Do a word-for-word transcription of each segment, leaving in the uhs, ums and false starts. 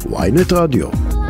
וויינט רדיו.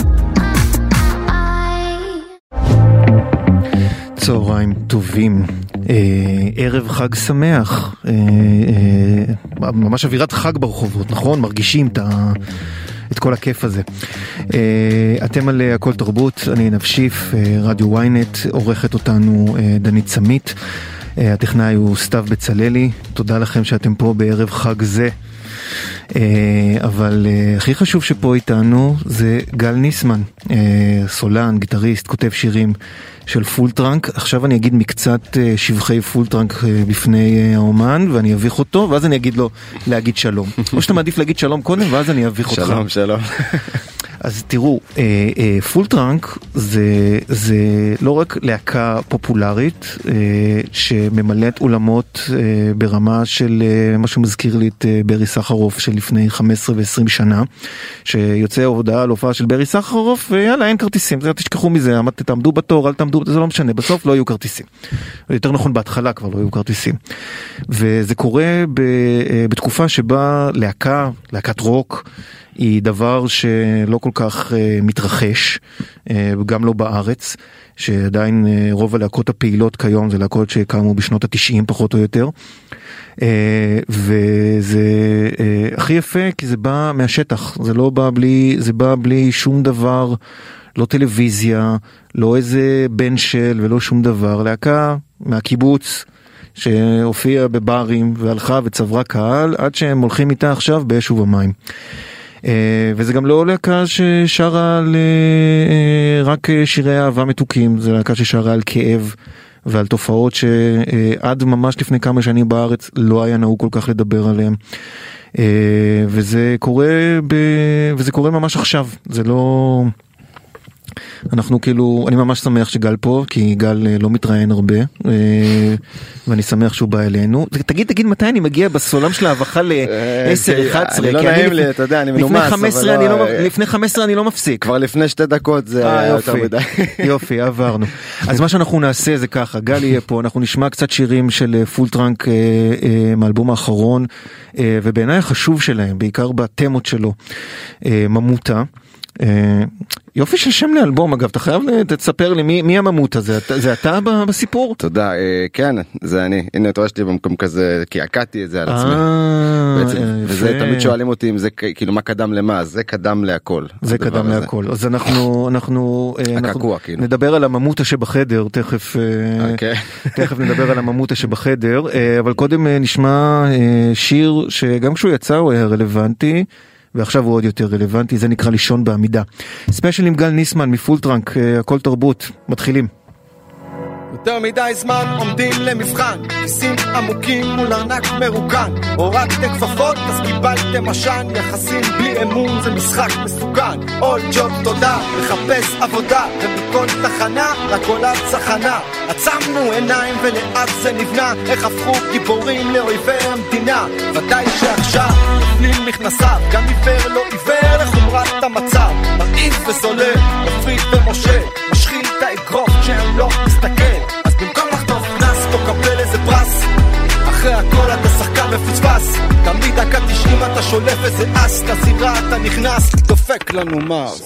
צהריים טובים, אה, ערב חג שמח, אה, אה, ממש אווירת חג ברחובות, נכון? מרגישים את, ה, את כל הכיף הזה. אה, אתם על הכל תרבות, אני נפשיף, אה, רדיו וויינט, עורכת אותנו אה, דנית סמית, אה, הטכנאי הוא סתיו בצללי, תודה לכם שאתם פה בערב חג זה. Uh, אבל uh, הכי חשוב שפה איתנו זה גל ניסמן, uh, סולן, גיטריסט, כותב שירים של פולטרנק. עכשיו אני אגיד מקצת uh, שבחי פולטרנק uh, בפני uh, האומן, ואני אביך אותו, ואז אני אגיד לו להגיד שלום. או שאתה מעדיף להגיד שלום קודם, ואז אני אביך אותך. שלום, שלום. אז תראו, פולטרנק זה, זה לא רק להקה פופולרית שממלאת אולמות ברמה של מה שמזכיר לי את ברי סחרוף של לפני חמש עשרה ועשרים שנה, שיוצא הודעה על הופעה של ברי סחרוף ויאללה אין כרטיסים, זה תשכחו מזה, תעמדו בתור, אל תעמדו, זה לא משנה, בסוף לא יהיו כרטיסים. יותר נכון בהתחלה כבר לא יהיו כרטיסים. וזה קורה בתקופה שבה להקה, להקת רוק, היא דבר שלא כל כך uh, מתרחש, uh, גם לא בארץ, שעדיין uh, רוב הלהקות הפעילות כיום זה להקות שקמו בשנות התשעים פחות או יותר, uh, וזה uh, הכי יפה כי זה בא מהשטח, זה לא בא בלי, זה בא בלי שום דבר, לא טלוויזיה, לא איזה בן של ולא שום דבר, להקה מהקיבוץ, שהופיעה בברים והלכה וצברה קהל, עד שהם הולכים איתה עכשיו באש ובמים. וזה גם לא להקה ששרה על רק שירי אהבה מתוקים, זה להקה ששרה על כאב ועל תופעות שעד ממש לפני כמה שנים בארץ לא היה נהוג כל כך לדבר עליהם. וזה קורה ב... וזה קורה ממש עכשיו, זה לא... אנחנו כאילו, אני ממש שמח שגל פה, כי גל לא מתראיין הרבה, ואני שמח שהוא בא אלינו. תגיד, תגיד מתי אני מגיע בסולם של ההבחה ל-עשר אחת עשרה, אני לא נעים לי, אתה יודע, אני מנומס, לפני חמש עשרה אני לא מפסיק. כבר לפני שתי דקות זה יותר מדי. יופי, עברנו. אז מה שאנחנו נעשה זה ככה, גל יהיה פה, אנחנו נשמע קצת שירים של פולטרנק מאלבום האחרון, ובעיניי החשוב שלהם, בעיקר בתמות שלו, ממותה. יופי של שם לאלבום, אגב, אתה חייב תספר לי מי, מי הממות הזה, זה אתה בסיפור? תודה, כן, זה אני, הנה אתה רואה שלי במקום כזה, כי עקדתי את זה על עצמי, וזה תמיד שואלים אותי אם זה כאילו מה קדם למה, זה קדם להכל. זה קדם להכל, אז אנחנו, אנחנו נדבר על הממותה שבחדר, תכף, תכף נדבר על הממותה שבחדר, אבל קודם נשמע שיר שגם כשהוא יצא הוא היה רלוונטי, ועכשיו הוא עוד יותר רלוונטי, זה נקרא לישון בעמידה. ספיישל עם גל ניסמן מפולטרנק, הכל תרבות, מתחילים. יותר מדי זמן עומדים למבחן, כיסים עמוקים מול ארנק מרוקן, הורדתם כפפות אז קיבלתם עשן, יחסים בלי אמון זה משחק מסוכן, all job תודה, לחפש עבודה, ובכל תחנה רק עולה צחנה, עצמנו עיניים ולאט זה נבנה, איך הפכו גיבורים לאויבי המדינה, ודאי שעכשיו נפלים מכנסיו, גם עיוור לא עיוור לחומרת המצב, מרעיב וזולל, מפריד ומשה, משחיל את האגרוף כשהם לא מסתכל, אז במקום לחטוף נס תקבל איזה פרס, אחרי הכל אתה שחקן מפוצפס, תמיד דקה תשעים אתה שולף איזה אס, לזירה אתה נכנס, דופק לנו מאז.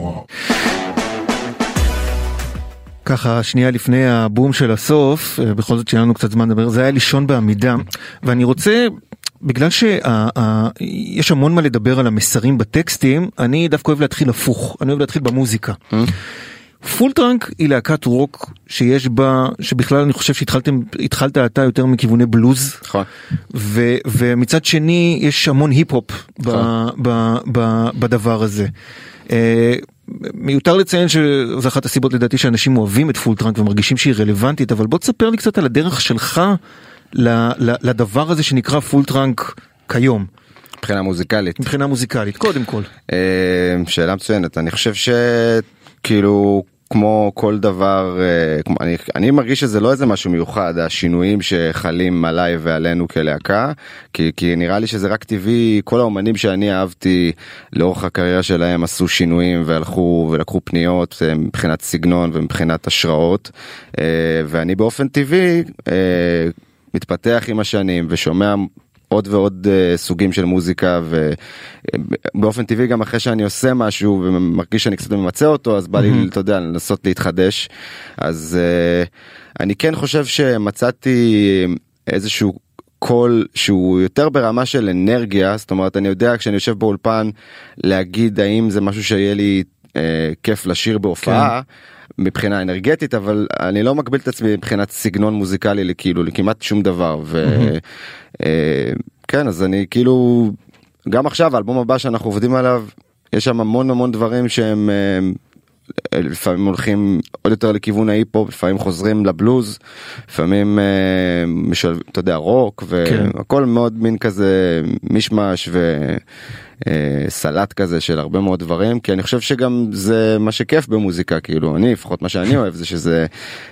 ככה שנייה לפני הבום של הסוף, בכל זאת שלנו קצת זמן לדבר, זה היה לישון בעמידה, ואני רוצה, בגלל שיש המון מה לדבר על המסרים בטקסטים, אני דווקא אוהב להתחיל הפוך, אני אוהב להתחיל במוזיקה. פולטרנק היא להקת רוק שיש בה, שבכלל אני חושב שהתחלתם, התחלת אתה יותר מכיווני בלוז, ו, ומצד שני יש המון היפ-הופ ב, ב, ב, בדבר הזה. מיותר לציין שזו אחת הסיבות לדעתי שאנשים אוהבים את פולטרנק ומרגישים שהיא רלוונטית, אבל בוא תספר לי קצת על הדרך שלך לדבר הזה שנקרא פולטרנק כיום. מבחינה מוזיקלית. מבחינה מוזיקלית, קודם כל. שאלה מצוינת, אני חושב שכאילו כמו כל דבר, אני, אני מרגיש שזה לא איזה משהו מיוחד, השינויים שחלים עליי ועלינו כלהקה, כי, כי נראה לי שזה רק טבעי, כל האומנים שאני אהבתי לאורך הקריירה שלהם עשו שינויים והלכו ולקחו פניות מבחינת סגנון ומבחינת השראות, ואני באופן טבעי מתפתח עם השנים ושומע עוד ועוד uh, סוגים של מוזיקה, ובאופן טבעי גם אחרי שאני עושה משהו ומרגיש שאני קצת ממצא אותו, אז בא לי, אתה יודע, לנסות להתחדש. אז uh, אני כן חושב שמצאתי איזשהו קול שהוא יותר ברמה של אנרגיה, זאת אומרת, אני יודע כשאני יושב באולפן להגיד האם זה משהו שיהיה לי אה, כיף לשיר בהופעה, כן. מבחינה אנרגטית, אבל אני לא מגביל את עצמי מבחינת סגנון מוזיקלי לכאילו, לכמעט שום דבר, וכן, mm-hmm. אז אני כאילו, גם עכשיו, האלבום הבא שאנחנו עובדים עליו, יש שם המון המון דברים שהם לפעמים הולכים עוד יותר לכיוון ההיפ-הופ, לפעמים חוזרים לבלוז, לפעמים משלב, אתה יודע, רוק, והכל מאוד מין כזה משמש וסלט כזה של הרבה מאוד דברים, כי אני חושב שגם זה מה שכיף במוזיקה, כאילו, אני, לפחות מה שאני אוהב, זה שזה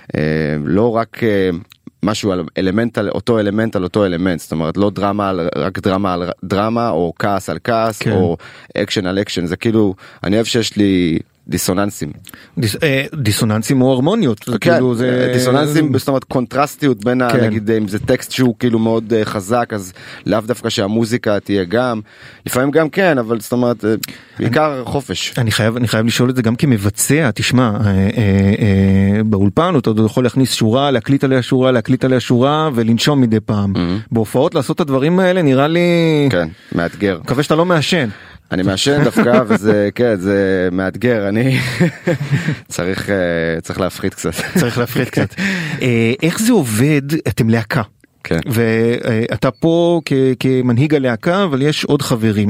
לא רק משהו על אלמנט על אותו אלמנט על אותו אלמנט, זאת אומרת לא דרמה על רק דרמה על דרמה, או כעס על כעס, כן. או אקשן על אקשן, זה כאילו, אני אוהב שיש לי דיסוננסים. דיס, אה, דיסוננסים או הרמוניות. כן, כאילו זה... דיסוננסים, זאת אומרת קונטרסטיות בין, כן. נגיד, אם זה טקסט שהוא כאילו מאוד uh, חזק, אז לאו דווקא שהמוזיקה תהיה גם, לפעמים גם כן, אבל זאת אומרת, בעיקר אני, חופש. אני חייב, אני חייב לשאול את זה גם כמבצע, תשמע, אה, אה, אה, באולפן, אתה יכול להכניס שורה, להקליט עליה שורה, להקליט עליה שורה, ולנשום מדי פעם. Mm-hmm. בהופעות לעשות את הדברים האלה, נראה לי... כן, מאתגר. מקווה שאתה לא מעשן. אני מעשן דווקא, וזה, כן, זה מאתגר, אני צריך, צריך להפחית קצת. צריך להפחית קצת. איך זה עובד? אתם להקה. כן. ואתה פה כמנהיג הלהקה, אבל יש עוד חברים.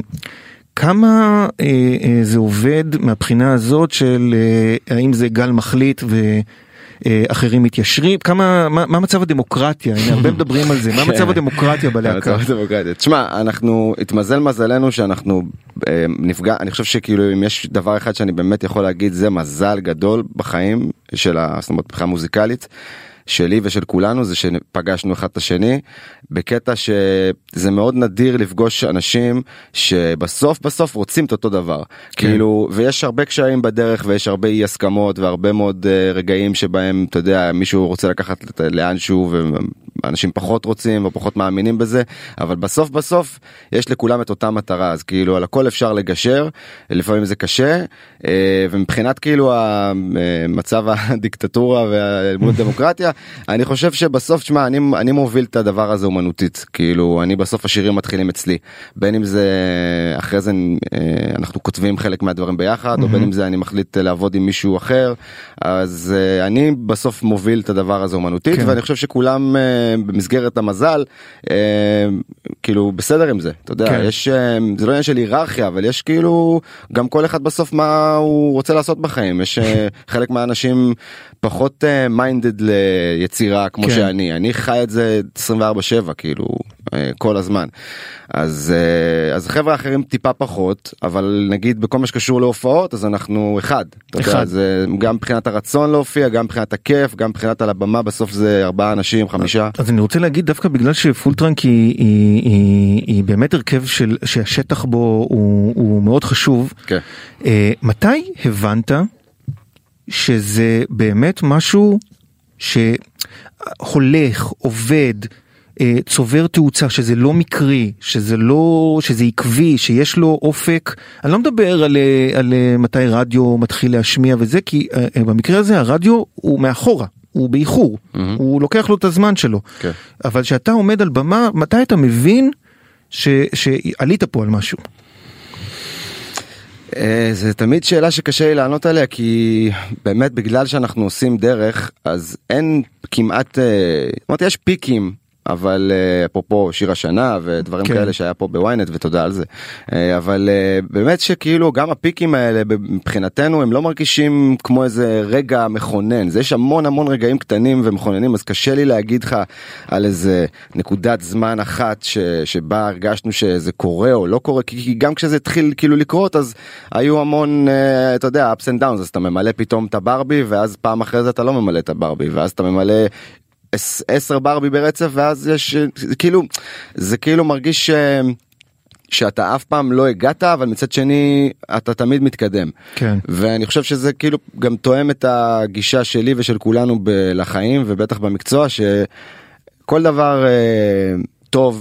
כמה זה עובד מהבחינה הזאת של האם זה גל מחליט ו... אחרים מתיישרים, כמה, מה, מה מצב הדמוקרטיה? הנה, הרבה מדברים על זה, מה מצב הדמוקרטיה בלהקה? מצב הדמוקרטיה. תשמע, אנחנו, התמזל מזלנו שאנחנו אה, נפגע, אני חושב שכאילו אם יש דבר אחד שאני באמת יכול להגיד, זה מזל גדול בחיים של, זאת אומרת, מבחינה מוזיקלית, שלי ושל כולנו, זה שפגשנו אחד את השני, בקטע שזה מאוד נדיר לפגוש אנשים שבסוף בסוף רוצים את אותו דבר. כן. כאילו, ויש הרבה קשיים בדרך, ויש הרבה אי הסכמות, והרבה מאוד uh, רגעים שבהם, אתה יודע, מישהו רוצה לקחת לאנשהו, ואנשים פחות רוצים, ופחות מאמינים בזה, אבל בסוף בסוף, יש לכולם את אותה מטרה, אז כאילו, על הכל אפשר לגשר, לפעמים זה קשה, uh, ומבחינת כאילו, המצב הדיקטטורה והמול הדמוקרטיה, אני חושב שבסוף, תשמע, אני, אני מוביל את הדבר הזה אומנותית, כאילו, אני בסוף השירים מתחילים אצלי, בין אם זה, אחרי זה אנחנו כותבים חלק מהדברים ביחד, mm-hmm. או בין אם זה אני מחליט לעבוד עם מישהו אחר, אז אני בסוף מוביל את הדבר הזה אומנותית, כן. ואני חושב שכולם במסגרת המזל, כאילו, בסדר עם זה, אתה יודע, כן. יש, זה לא עניין של היררכיה, אבל יש כאילו, גם כל אחד בסוף מה הוא רוצה לעשות בחיים, יש חלק מהאנשים פחות מיינדד ליצירה כמו כן. שאני, אני חי את זה עשרים וארבע שבע כאילו כל הזמן, אז אז החבר'ה האחרים טיפה פחות, אבל נגיד בכל מה שקשור להופעות אז אנחנו אחד, אתה יודע, זה גם מבחינת הרצון להופיע, גם מבחינת הכיף, גם מבחינת על הבמה, בסוף זה ארבעה אנשים, חמישה. אז אני רוצה להגיד דווקא בגלל שפולטרנק היא, היא, היא, היא באמת הרכב של, שהשטח בו הוא, הוא מאוד חשוב. כן. מתי הבנת שזה באמת משהו שהולך, עובד, צובר תאוצה, שזה לא מקרי, שזה לא, שזה עקבי, שיש לו אופק? אני לא מדבר על, על מתי רדיו מתחיל להשמיע וזה, כי במקרה הזה הרדיו הוא מאחורה, הוא באיחור, mm-hmm. הוא לוקח לו את הזמן שלו. Okay. אבל שאתה עומד על במה, מתי אתה מבין ש, שעלית פה על משהו? זה תמיד שאלה שקשה לי לענות עליה, כי באמת בגלל שאנחנו עושים דרך, אז אין כמעט, אמרתי, יש פיקים, אבל אפרופו שיר השנה ודברים כן. כאלה שהיה פה בוויינט, ותודה על זה. אבל באמת שכאילו גם הפיקים האלה מבחינתנו הם לא מרגישים כמו איזה רגע מכונן. זה יש המון המון רגעים קטנים ומכוננים, אז קשה לי להגיד לך על איזה נקודת זמן אחת ש, שבה הרגשנו שזה קורה או לא קורה, כי גם כשזה התחיל כאילו לקרות, אז היו המון, אתה יודע, ups and downs, אז אתה ממלא פתאום את הברבי, ואז פעם אחרי זה אתה לא ממלא את הברבי, ואז אתה ממלא עשר ברבי ברצף, ואז יש, כאילו, זה כאילו מרגיש ש, שאתה אף פעם לא הגעת, אבל מצד שני, אתה תמיד מתקדם. כן. ואני חושב שזה כאילו גם תואם את הגישה שלי ושל כולנו לחיים, ובטח במקצוע, שכל דבר אה, טוב,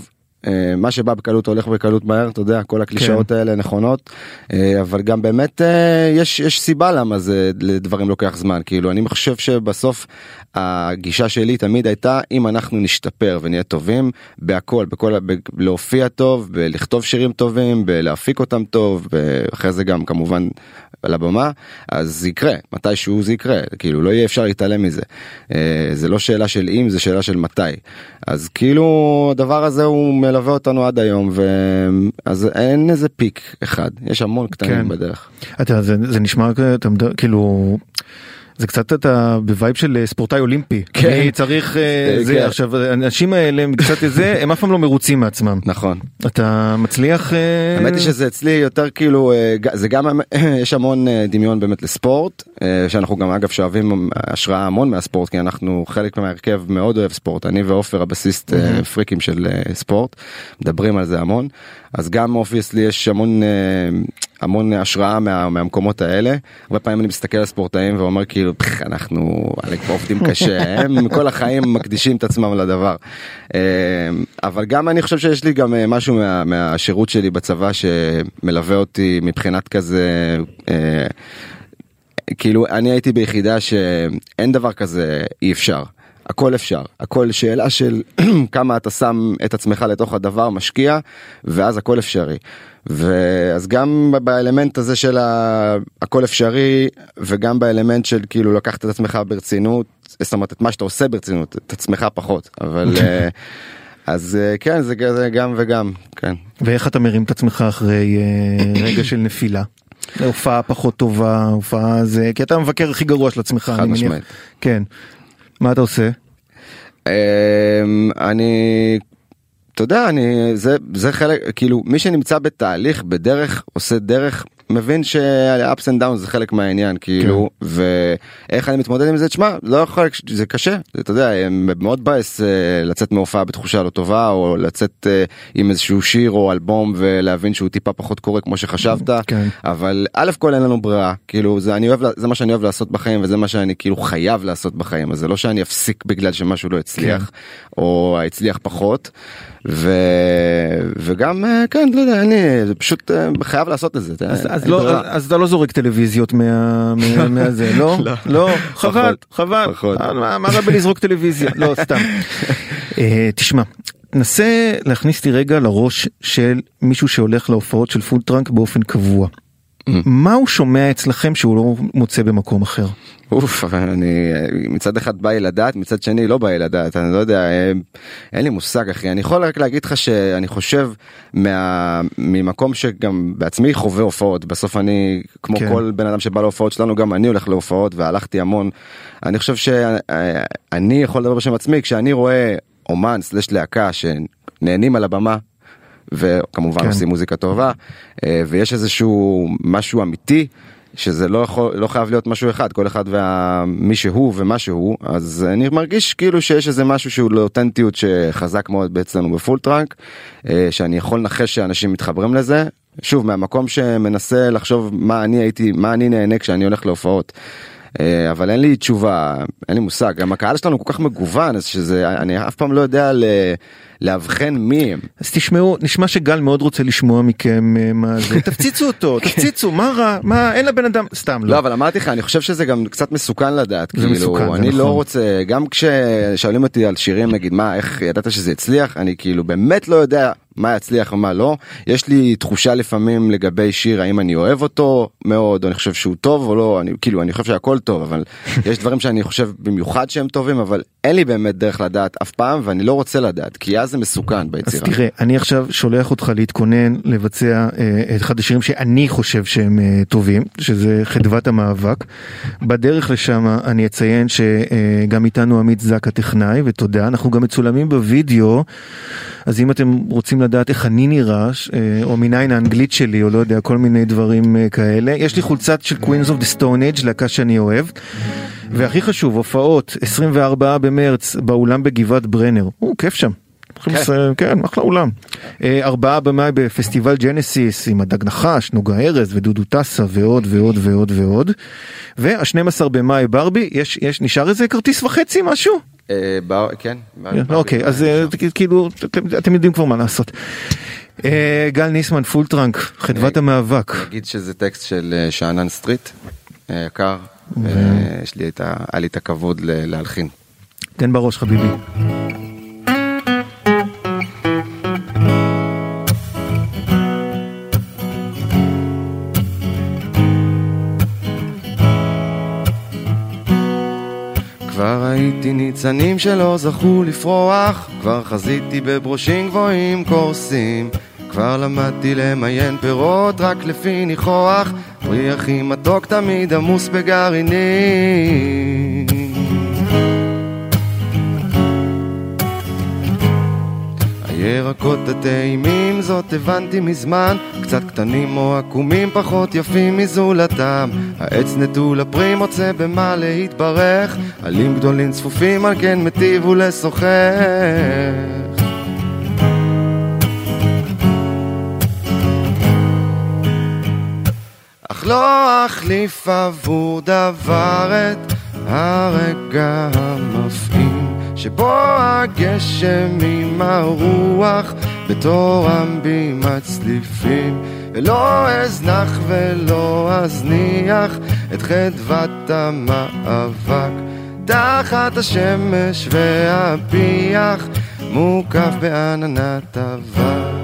מה שבא בקלות הולך בקלות מהר, אתה יודע, כל הקלישאות כן. האלה נכונות, אבל גם באמת יש, יש סיבה למה זה לדברים לוקח זמן, כאילו אני חושב שבסוף הגישה שלי תמיד הייתה, אם אנחנו נשתפר ונהיה טובים בהכל, בכל, ב, להופיע טוב, בלכתוב שירים טובים, בלהפיק אותם טוב, ואחרי זה גם כמובן על הבמה, אז זה יקרה, מתישהו זה יקרה, כאילו לא יהיה אפשר להתעלם מזה, זה לא שאלה של אם, זה שאלה של מתי, אז כאילו הדבר הזה הוא מלווה אותנו עד היום, אז אין איזה פיק אחד, יש המון קטנים כן. בדרך. אתה, זה, זה נשמע כאילו... זה קצת אתה בווייב של ספורטאי אולימפי. כן. אני צריך זה, כן. עכשיו, האנשים האלה, קצת זה, הם אף פעם לא מרוצים מעצמם. נכון. אתה מצליח... האמת היא שזה אצלי יותר כאילו, זה גם, יש המון דמיון באמת לספורט, שאנחנו גם אגב שואבים השראה המון מהספורט, כי אנחנו חלק מהרכב מאוד אוהב ספורט. אני ואופר הבסיסט פריקים של ספורט, מדברים על זה המון. אז גם אובייסלי יש המון, המון השראה מה, מהמקומות האלה. הרבה פעמים אני מסתכל על ספורטאים ואומר כאילו, פח, אנחנו עובדים קשה, הם כל החיים מקדישים את עצמם לדבר. אבל גם אני חושב שיש לי גם משהו מה, מהשירות שלי בצבא שמלווה אותי מבחינת כזה, כאילו אני הייתי ביחידה שאין דבר כזה אי אפשר. הכל אפשר, הכל שאלה של כמה אתה שם את עצמך לתוך הדבר, משקיע, ואז הכל אפשרי. ואז גם באלמנט הזה של הכל אפשרי, וגם באלמנט של כאילו לקחת את עצמך ברצינות, זאת אומרת את מה שאתה עושה ברצינות, את עצמך פחות, אבל אז כן, זה גם וגם, כן. ואיך אתה מרים את עצמך אחרי רגע של נפילה? הופעה פחות טובה, הופעה זה, כי אתה מבקר הכי גרוע של עצמך, חד משמעית. כן. מה אתה עושה? אני, אתה יודע, אני, זה, זה חלק, כאילו, מי שנמצא בתהליך, בדרך, עושה דרך, מבין ש-ups and downs זה חלק מהעניין, כאילו, ואיך אני מתמודד עם זה, תשמע, לא יכול, זה קשה, אתה יודע, מאוד בייס לצאת מהופעה בתחושה לא טובה, או לצאת עם איזשהו שיר או אלבום, ולהבין שהוא טיפה פחות קורה כמו שחשבת, אבל א' כל אין לנו ברירה, כאילו, זה, אני אוהב, זה מה שאני אוהב לעשות בחיים, וזה מה שאני כאילו חייב לעשות בחיים, אז זה לא שאני אפסיק בגלל שמשהו לא הצליח, או הצליח פחות, ו... וגם, כן, לא יודע, אני פשוט חייב לעשות את זה. אז, אז, לא, אז אתה לא זורק טלוויזיות מה, מה, מהזה, לא? לא, לא, חבל, חבל. מה, מה רבה לזרוק טלוויזיה? לא, סתם. תשמע, נסה להכניס לי רגע לראש של מישהו שהולך להופעות של פוד טראנק באופן קבוע. מה הוא שומע אצלכם שהוא לא מוצא במקום אחר? אוף, אני מצד אחד בא לדעת, מצד שני לא בא לדעת, אני לא יודע, אין לי מושג אחי, אני יכול רק להגיד לך שאני חושב מה, ממקום שגם בעצמי חווה הופעות, בסוף אני, כמו כן. כל בן אדם שבא להופעות שלנו, גם אני הולך להופעות והלכתי המון, אני חושב שאני יכול לדבר בשם עצמי, כשאני רואה אומן סלש להקה שנהנים על הבמה, וכמובן כן. עושים מוזיקה טובה, ויש איזשהו משהו אמיתי, שזה לא, יכול, לא חייב להיות משהו אחד, כל אחד ומי שהוא ומה שהוא, אז אני מרגיש כאילו שיש איזה משהו שהוא לאותנטיות שחזק מאוד אצלנו בפול טראנק, שאני יכול לנחש שאנשים מתחברים לזה, שוב, מהמקום שמנסה לחשוב מה אני הייתי, מה אני נהנה כשאני הולך להופעות. אבל אין לי תשובה, אין לי מושג, גם הקהל שלנו כל כך מגוון, אז שזה, אני אף פעם לא יודע ל... להבחן מי הם. אז תשמעו, נשמע שגל מאוד רוצה לשמוע מכם מה זה, תפציצו אותו, תפציצו, מה רע, מה, אין לבן אדם, סתם לא. לא, אבל אמרתי לך, אני חושב שזה גם קצת מסוכן לדעת, כאילו, אני לא רוצה, גם כששואלים אותי על שירים, נגיד, מה, איך ידעת שזה הצליח, אני כאילו באמת לא יודע מה יצליח ומה לא, יש לי תחושה לפעמים לגבי שיר, האם אני אוהב אותו מאוד, או אני חושב שהוא טוב או לא, אני, כאילו, אני חושב שהכל טוב, אבל יש דברים שאני חושב במיוחד שהם טובים, אבל אין לי באמת דרך לדעת אף פעם, ואני לא רוצה לדעת, כי אז זה מסוכן ביצירה. אז תראה, אני עכשיו שולח אותך להתכונן, לבצע את אחד השירים שאני חושב שהם טובים, שזה חדוות המאבק. בדרך לשם אני אציין שגם איתנו עמית זק הטכנאי, ותודה, אנחנו גם מצולמים בווידאו, אז אם אתם רוצים לדעת איך אני נראה, או מניין האנגלית שלי, או לא יודע, כל מיני דברים כאלה, יש לי חולצת של Queens of the Stone Age, להקה שאני אוהב, והכי חשוב, הופעות, עשרים וארבעה במרץ, באולם בגבעת ברנר, הוא כיף שם. כן, אחלה אולם. ארבעה במאי בפסטיבל ג'נסיס עם הדג נחש, נוגה ארז ודודו טסה ועוד ועוד ועוד ועוד. וה-שנים עשר במאי ברבי, יש נשאר איזה כרטיס וחצי משהו? כן. אוקיי, אז כאילו, אתם יודעים כבר מה לעשות. גל ניסמן, פולטרנק, חדוות המאבק. אני אגיד שזה טקסט של שאנן סטריט, יקר, יש לי את הכבוד להלחין. תן בראש חביבי. כבר ראיתי ניצנים שלא זכו לפרוח, כבר חזיתי בברושים גבוהים קורסים, כבר למדתי למיין פירות רק לפי ניחוח, פרי הכי מתוק תמיד עמוס בגרעינים. הירקות הטעימים זאת הבנתי מזמן, קצת קטנים או עקומים פחות יפים מזולתם, העץ נטול הפרי מוצא במה להתברך, עלים גדולים צפופים על כן מטיבו לשוחח. אך לא אחליף עבור דבר את הרגע המפעים שבו הגשם עם הרוח בתורם בי מצליפים, ולא אזנח ולא אזניח את חדוות המאבק תחת השמש והפיח מוקף בעננת אבק.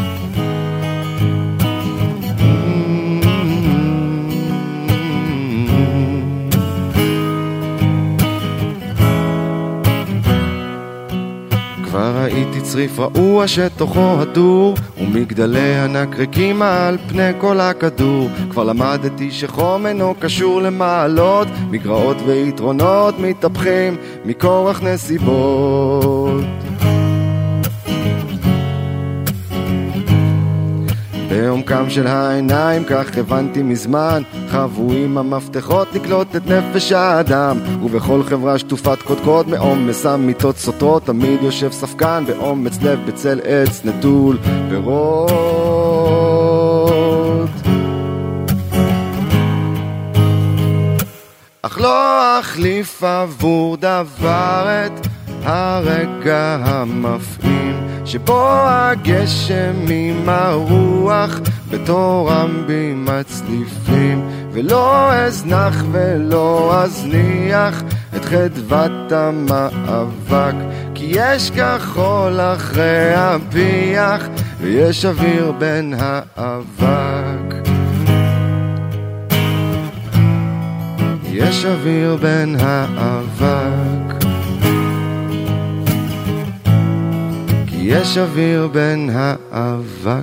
כבר ראיתי צריף רעוע שתוכו הדור ומגדלי ענק ריקים על פני כל הכדור, כבר למדתי שחום אינו קשור למעלות, מגרעות ויתרונות מתהפכים מכורח נסיבות. בעומקם של העיניים כך הבנתי מזמן, חבויים המפתחות לקלוט את נפש האדם, ובכל חברה שטופת קודקוד מעומס אמיתות סותרות תמיד יושב ספקן באומץ לב בצל עץ נטול פירות. אך לא אחליף עבור דבר את הרגע המפעים שבו הגשם עם הרוח בתורם בי מצליפים, ולא אזנח ולא אזניח את חדוות המאבק, כי יש כחול אחרי הפיח ויש אוויר בין האבק, יש אוויר בין האבק, יש אוויר בין האבק.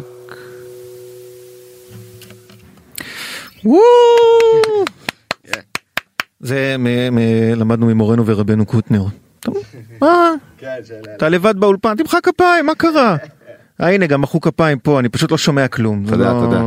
זה למדנו ממורנו ורבנו קוטנר. מה? אתה לבד באולפן, תמחא כפיים, מה קרה? הנה גם מחאו כפיים פה, אני פשוט לא שומע כלום. תודה, תודה.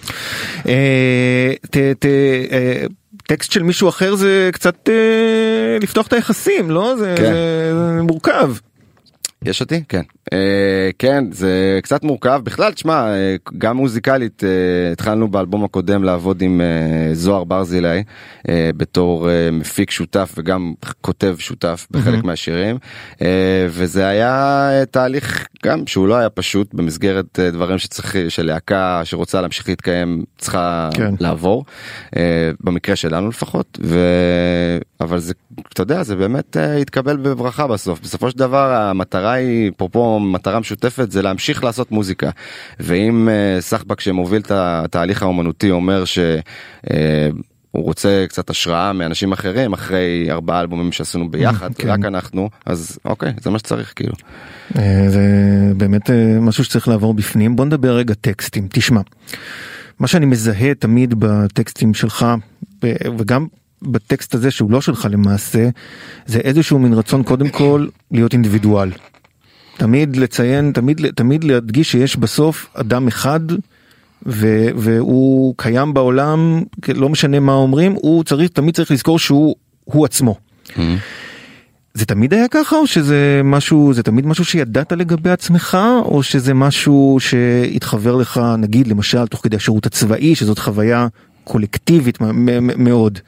טקסט של מישהו אחר זה קצת לפתוח את היחסים, לא? זה מורכב. יש אותי? כן. אה, כן, זה קצת מורכב. בכלל, תשמע, גם מוזיקלית, אה, התחלנו באלבום הקודם לעבוד עם אה, זוהר ברזילי, אה, בתור אה, מפיק שותף וגם כותב שותף בחלק mm-hmm. מהשירים, אה, וזה היה אה, תהליך גם שהוא לא היה פשוט, במסגרת אה, דברים שצריך, שלהקה שרוצה להמשיך להתקיים צריכה כן. לעבור, אה, במקרה שלנו לפחות, ו... אבל זה, אתה יודע, זה באמת אה, התקבל בברכה בסוף. בסופו של דבר, המטרה היא, פרופו מטרה משותפת, זה להמשיך לעשות מוזיקה. ואם uh, סחבק שמוביל את התהליך האומנותי אומר שהוא uh, רוצה קצת השראה מאנשים אחרים, אחרי ארבעה אלבומים שעשינו ביחד, כן. רק אנחנו, אז אוקיי, זה מה שצריך כאילו. זה באמת משהו שצריך לעבור בפנים. בוא נדבר רגע טקסטים, תשמע. מה שאני מזהה תמיד בטקסטים שלך, וגם בטקסט הזה שהוא לא שלך למעשה, זה איזשהו מין רצון קודם כל להיות אינדיבידואל. תמיד לציין, תמיד, תמיד להדגיש שיש בסוף אדם אחד, ו, והוא קיים בעולם, לא משנה מה אומרים, הוא צריך, תמיד צריך לזכור שהוא הוא עצמו. Mm-hmm. זה תמיד היה ככה, או שזה משהו, זה תמיד משהו שידעת לגבי עצמך, או שזה משהו שהתחבר לך, נגיד, למשל, תוך כדי השירות הצבאי, שזאת חוויה קולקטיבית מאוד?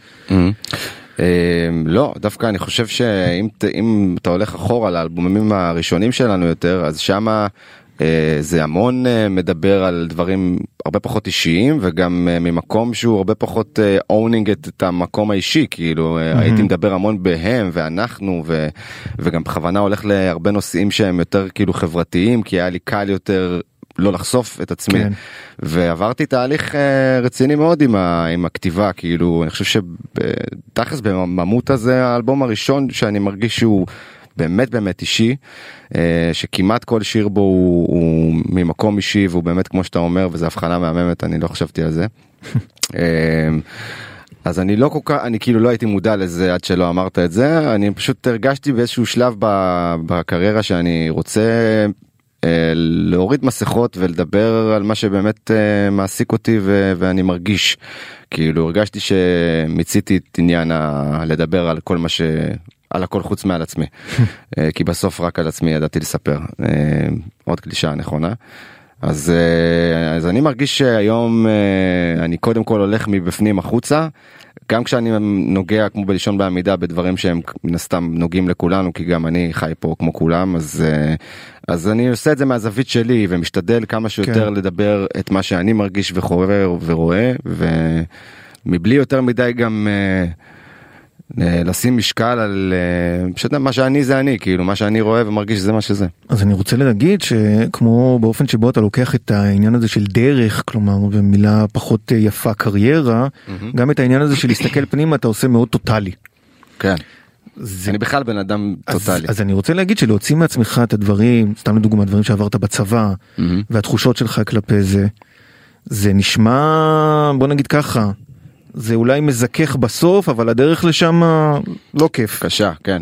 לא, דווקא אני חושב שאם אתה הולך אחורה לאלבומים הראשונים שלנו יותר, אז שמה זה המון מדבר על דברים הרבה פחות אישיים, וגם ממקום שהוא הרבה פחות אונינג את המקום האישי, כאילו הייתי מדבר המון בהם ואנחנו, וגם בכוונה הולך להרבה נושאים שהם יותר כאילו חברתיים, כי היה לי קל יותר לא לחשוף את עצמי, כן. ועברתי תהליך רציני מאוד עם, ה, עם הכתיבה, כאילו אני חושב שבתכלס בממות הזה, האלבום הראשון שאני מרגיש שהוא באמת באמת אישי, שכמעט כל שיר בו הוא, הוא ממקום אישי, והוא באמת כמו שאתה אומר, וזו הבחנה מהממת, אני לא חשבתי על זה. אז אני לא כל כך, אני כאילו לא הייתי מודע לזה עד שלא אמרת את זה, אני פשוט הרגשתי באיזשהו שלב בקריירה שאני רוצה להוריד מסכות ולדבר על מה שבאמת מעסיק אותי ו- ואני מרגיש, כאילו הרגשתי שמיציתי את עניין ה- לדבר על כל מה ש... על הכל חוץ מעל עצמי, כי בסוף רק על עצמי ידעתי לספר, עוד קלישה נכונה. אז, אז אני מרגיש שהיום אני קודם כל הולך מבפנים החוצה, גם כשאני נוגע כמו בלישון בעמידה בדברים שהם מן הסתם נוגעים לכולנו, כי גם אני חי פה כמו כולם, אז, אז אני עושה את זה מהזווית שלי ומשתדל כמה שיותר כן. לדבר את מה שאני מרגיש וחורר ורואה, ומבלי יותר מדי גם לשים משקל על פשוט מה שאני זה אני, כאילו מה שאני רואה ומרגיש זה מה שזה. אז אני רוצה להגיד שכמו באופן שבו אתה לוקח את העניין הזה של דרך, כלומר במילה פחות יפה קריירה, mm-hmm. גם את העניין הזה של להסתכל פנימה אתה עושה מאוד טוטלי. כן. זה... אני בכלל בן אדם טוטלי. אז, אז אני רוצה להגיד שלהוציא מעצמך את הדברים, סתם לדוגמה דברים שעברת בצבא, mm-hmm. והתחושות שלך כלפי זה, זה נשמע, בוא נגיד ככה, זה אולי מזכך בסוף, אבל הדרך לשם לא כיף. קשה, כן.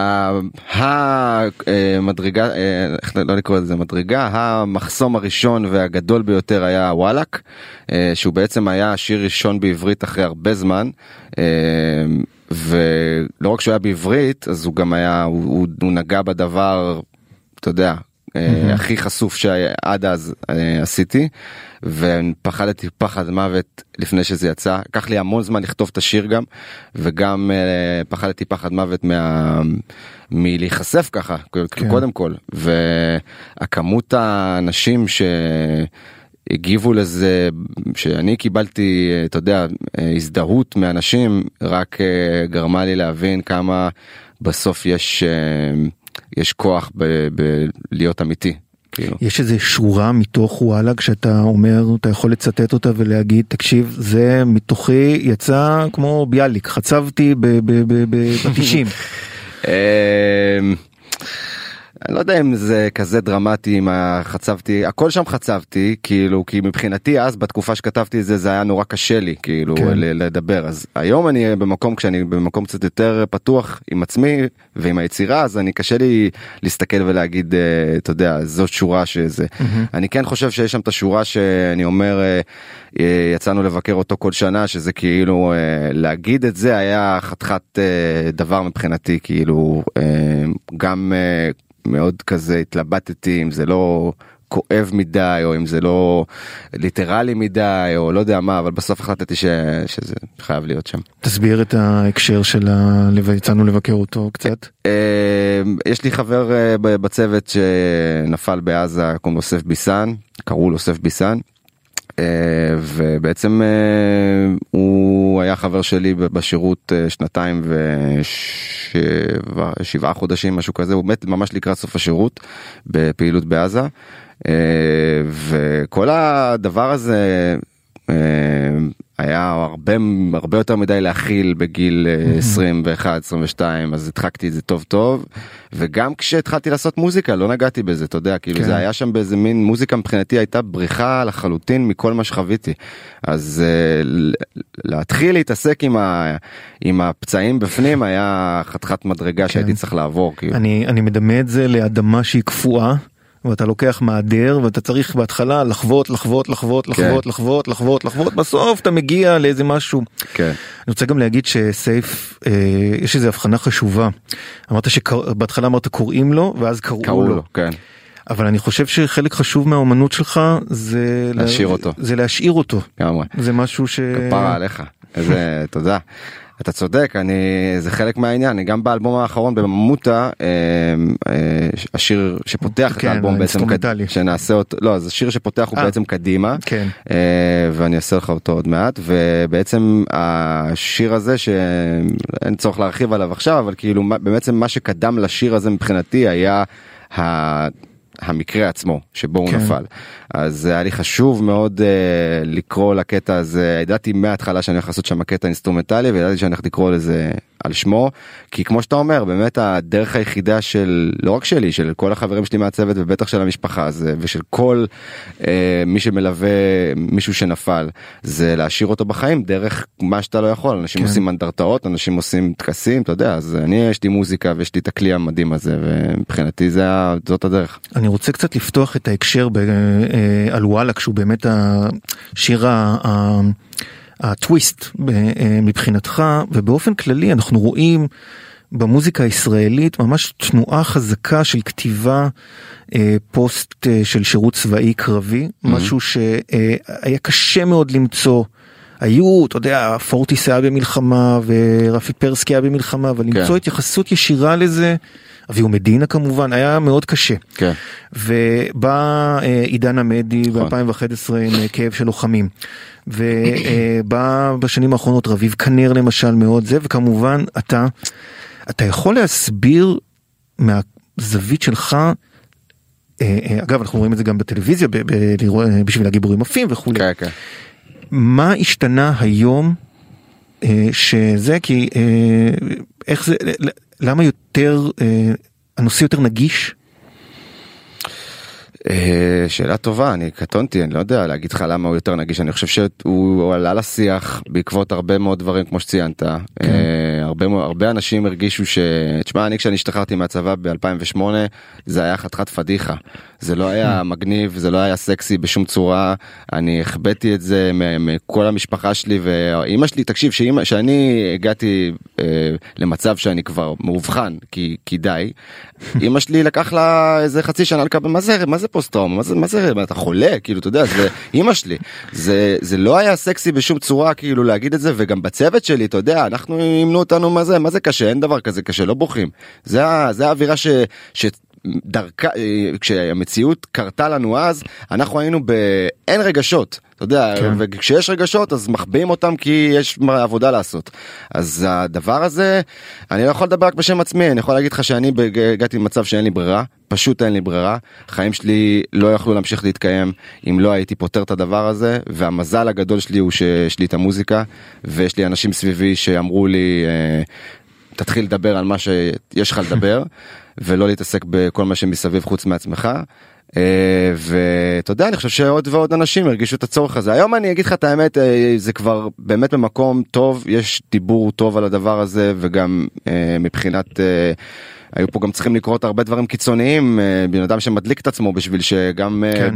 המדרגה, איך לא לקרוא את זה מדרגה, המחסום הראשון והגדול ביותר היה וואלק, שהוא בעצם היה שיר ראשון בעברית אחרי הרבה זמן, ולא רק שהוא היה בעברית, אז הוא גם היה, הוא, הוא נגע בדבר, אתה יודע, הכי חשוף שעד אז עשיתי, ופחדתי פחד מוות לפני שזה יצא. לקח לי המון זמן לכתוב את השיר גם, וגם פחדתי פחד מוות מה... מלהיחשף ככה, כן. קודם כל. והכמות האנשים שהגיבו לזה, שאני קיבלתי, אתה יודע, הזדהות מאנשים, רק גרמה לי להבין כמה בסוף יש... יש כוח בלהיות אמיתי. כאילו. יש איזו שורה מתוך וואלק שאתה אומר, אתה יכול לצטט אותה ולהגיד, תקשיב, זה מתוכי יצא כמו ביאליק, חצבתי ב-תשעים. אני לא יודע אם זה כזה דרמטי, מה חצבתי, הכל שם חצבתי, כאילו, כי מבחינתי אז בתקופה שכתבתי את זה, זה היה נורא קשה לי, כאילו, כן. לדבר. אז היום אני במקום, כשאני במקום קצת יותר פתוח עם עצמי ועם היצירה, אז אני קשה לי להסתכל ולהגיד, אתה יודע, זאת שורה שזה. Mm-hmm. אני כן חושב שיש שם את השורה שאני אומר, יצאנו לבקר אותו כל שנה, שזה כאילו, להגיד את זה היה חתיכת דבר מבחינתי, כאילו, גם מאוד כזה התלבטתי אם זה לא כואב מדי או אם זה לא ליטרלי מדי או לא יודע מה, אבל בסוף החלטתי ש... שזה חייב להיות שם. תסביר את ההקשר של ה... יצאנו לבקר אותו קצת. יש לי חבר בצוות שנפל בעזה, קוראים לו סף ביסן, קראו לו סף ביסן, ובעצם הוא היה חבר שלי בשירות שנתיים ושבעה חודשים, משהו כזה, הוא מת ממש לקראת סוף השירות בפעילות בעזה, וכל הדבר הזה היה הרבה, הרבה יותר מדי להכיל בגיל עשרים ואחת עשרים ושתיים, אז התחקתי את זה טוב טוב, וגם כשהתחלתי לעשות מוזיקה לא נגעתי בזה, אתה יודע, כאילו זה היה שם באיזה מין מוזיקה, מבחינתי הייתה בריחה לחלוטין מכל מה שחוויתי, אז להתחיל להתעסק עם, ה, עם הפצעים בפנים היה חתיכת מדרגה שהייתי צריך לעבור. אני, אני מדמה את זה לאדמה שהיא קפואה, ואתה לוקח מעדר, ואתה צריך בהתחלה לחוות, לחוות, לחוות, לחוות, לחוות, לחוות, לחוות, בסוף אתה מגיע לאיזה משהו. כן. אני רוצה גם להגיד שסייף, יש איזו הבחנה חשובה. אמרת שבהתחלה אמרת קוראים לו, ואז קראו לו. כן. אבל אני חושב שחלק חשוב מהאומנות שלך זה להשאיר אותו. זה להשאיר אותו. לגמרי. זה משהו ש... כפרה עליך. איזה, תודה. אתה צודק, אני, זה חלק מהעניין. אני גם באלבום האחרון בממותה, השיר שפותח את האלבום בעצם, שנעשה אותו, לא, זה שיר שפותח הוא בעצם קדימה, ואני אעשה לך אותו עוד מעט, ובעצם השיר הזה, שאין צורך להרחיב עליו עכשיו, אבל כאילו בעצם מה שקדם לשיר הזה מבחינתי היה המקרה עצמו, שבו הוא נפל. אז היה לי חשוב מאוד uh, לקרוא לקטע הזה, ידעתי מההתחלה שאני הולך לעשות שם קטע אינסטרומנטלי, וידעתי שאני הולך לקרוא לזה על שמו, כי כמו שאתה אומר, באמת הדרך היחידה של, לא רק שלי, של כל החברים שלי מהצוות, ובטח של המשפחה הזה, ושל כל uh, מי שמלווה מישהו שנפל, זה להשאיר אותו בחיים, דרך מה שאתה לא יכול. אנשים כן. עושים אנדרטאות, אנשים עושים תקסים, אתה יודע, אז אני, יש לי מוזיקה, ויש לי את הכלי המדהים הזה, ומבחינתי זה, זאת הדרך. אני רוצה קצת לפתוח את ההקשר ב... על וואלה, כשהוא באמת השיר הטוויסט מבחינתך, ובאופן כללי אנחנו רואים במוזיקה הישראלית ממש תנועה חזקה של כתיבה פוסט של שירות צבאי קרבי, משהו שהיה קשה מאוד למצוא. היו, אתה יודע, פורטיס היה במלחמה ורפי פרסקי היה במלחמה, אבל למצוא התייחסות ישירה לזה, אביהו מדינה כמובן, היה מאוד קשה. כן. ובא עידן עמדי ב-אלפיים ואחת עשרה עם כאב של לוחמים. ובא בשנים האחרונות רביב כנר למשל מאוד זה, וכמובן אתה, אתה יכול להסביר מהזווית שלך, אגב אנחנו רואים את זה גם בטלוויזיה, בשביל הגיבורים יפים וכו'. כן, כן. מה השתנה היום שזה, כי איך זה, למה יותר, הנושא יותר נגיש? שאלה טובה, אני קטונתי, אני לא יודע להגיד לך למה הוא יותר נגיש, אני חושב שהוא עלה לשיח בעקבות הרבה מאוד דברים כמו שציינת, הרבה, הרבה אנשים הרגישו ש... תשמע, אני כשאני השתחררתי מהצבא ב-אלפיים ושמונה, זה היה חתיכת פדיחה, זה לא היה מגניב, זה לא היה סקסי בשום צורה, אני הכבדתי את זה מכל המשפחה שלי, ואמא שלי, תקשיב, שאני הגעתי למצב שאני כבר מאובחן, כי, כי די, אמא שלי לקח לה איזה חצי שנה לקבל, מה זה, מה זה פוסט-טראומה? מה זה, מה זה, אתה חולה? כאילו, אתה יודע, זה אמא שלי. זה, זה לא היה סקסי בשום צורה, כאילו, להגיד את זה, וגם בצוות שלי, אתה יודע, אנחנו אימנו אותנו מה זה, מה זה קשה, אין דבר כזה קשה, לא בוכים. זה, זה האווירה ש, ש, דרכה, כשהמציאות קרתה לנו אז, אנחנו היינו באין רגשות, אתה יודע, כן. וכשיש רגשות אז מחביאים אותם כי יש עבודה לעשות. אז הדבר הזה, אני לא יכול לדבר רק בשם עצמי, אני יכול להגיד לך שאני הגעתי למצב שאין לי ברירה, פשוט אין לי ברירה, חיים שלי לא יכלו להמשיך להתקיים אם לא הייתי פותר את הדבר הזה, והמזל הגדול שלי הוא שיש לי את המוזיקה, ויש לי אנשים סביבי שאמרו לי, תתחיל לדבר על מה שיש לך לדבר, ולא להתעסק בכל מה שמסביב חוץ מעצמך, ואתה יודע, אני חושב שעוד ועוד אנשים הרגישו את הצורך הזה. היום אני אגיד לך את האמת, זה כבר באמת במקום טוב, יש דיבור טוב על הדבר הזה, וגם מבחינת... היו פה גם צריכים לקרות הרבה דברים קיצוניים, בן אדם שמדליק את עצמו בשביל שגם כן.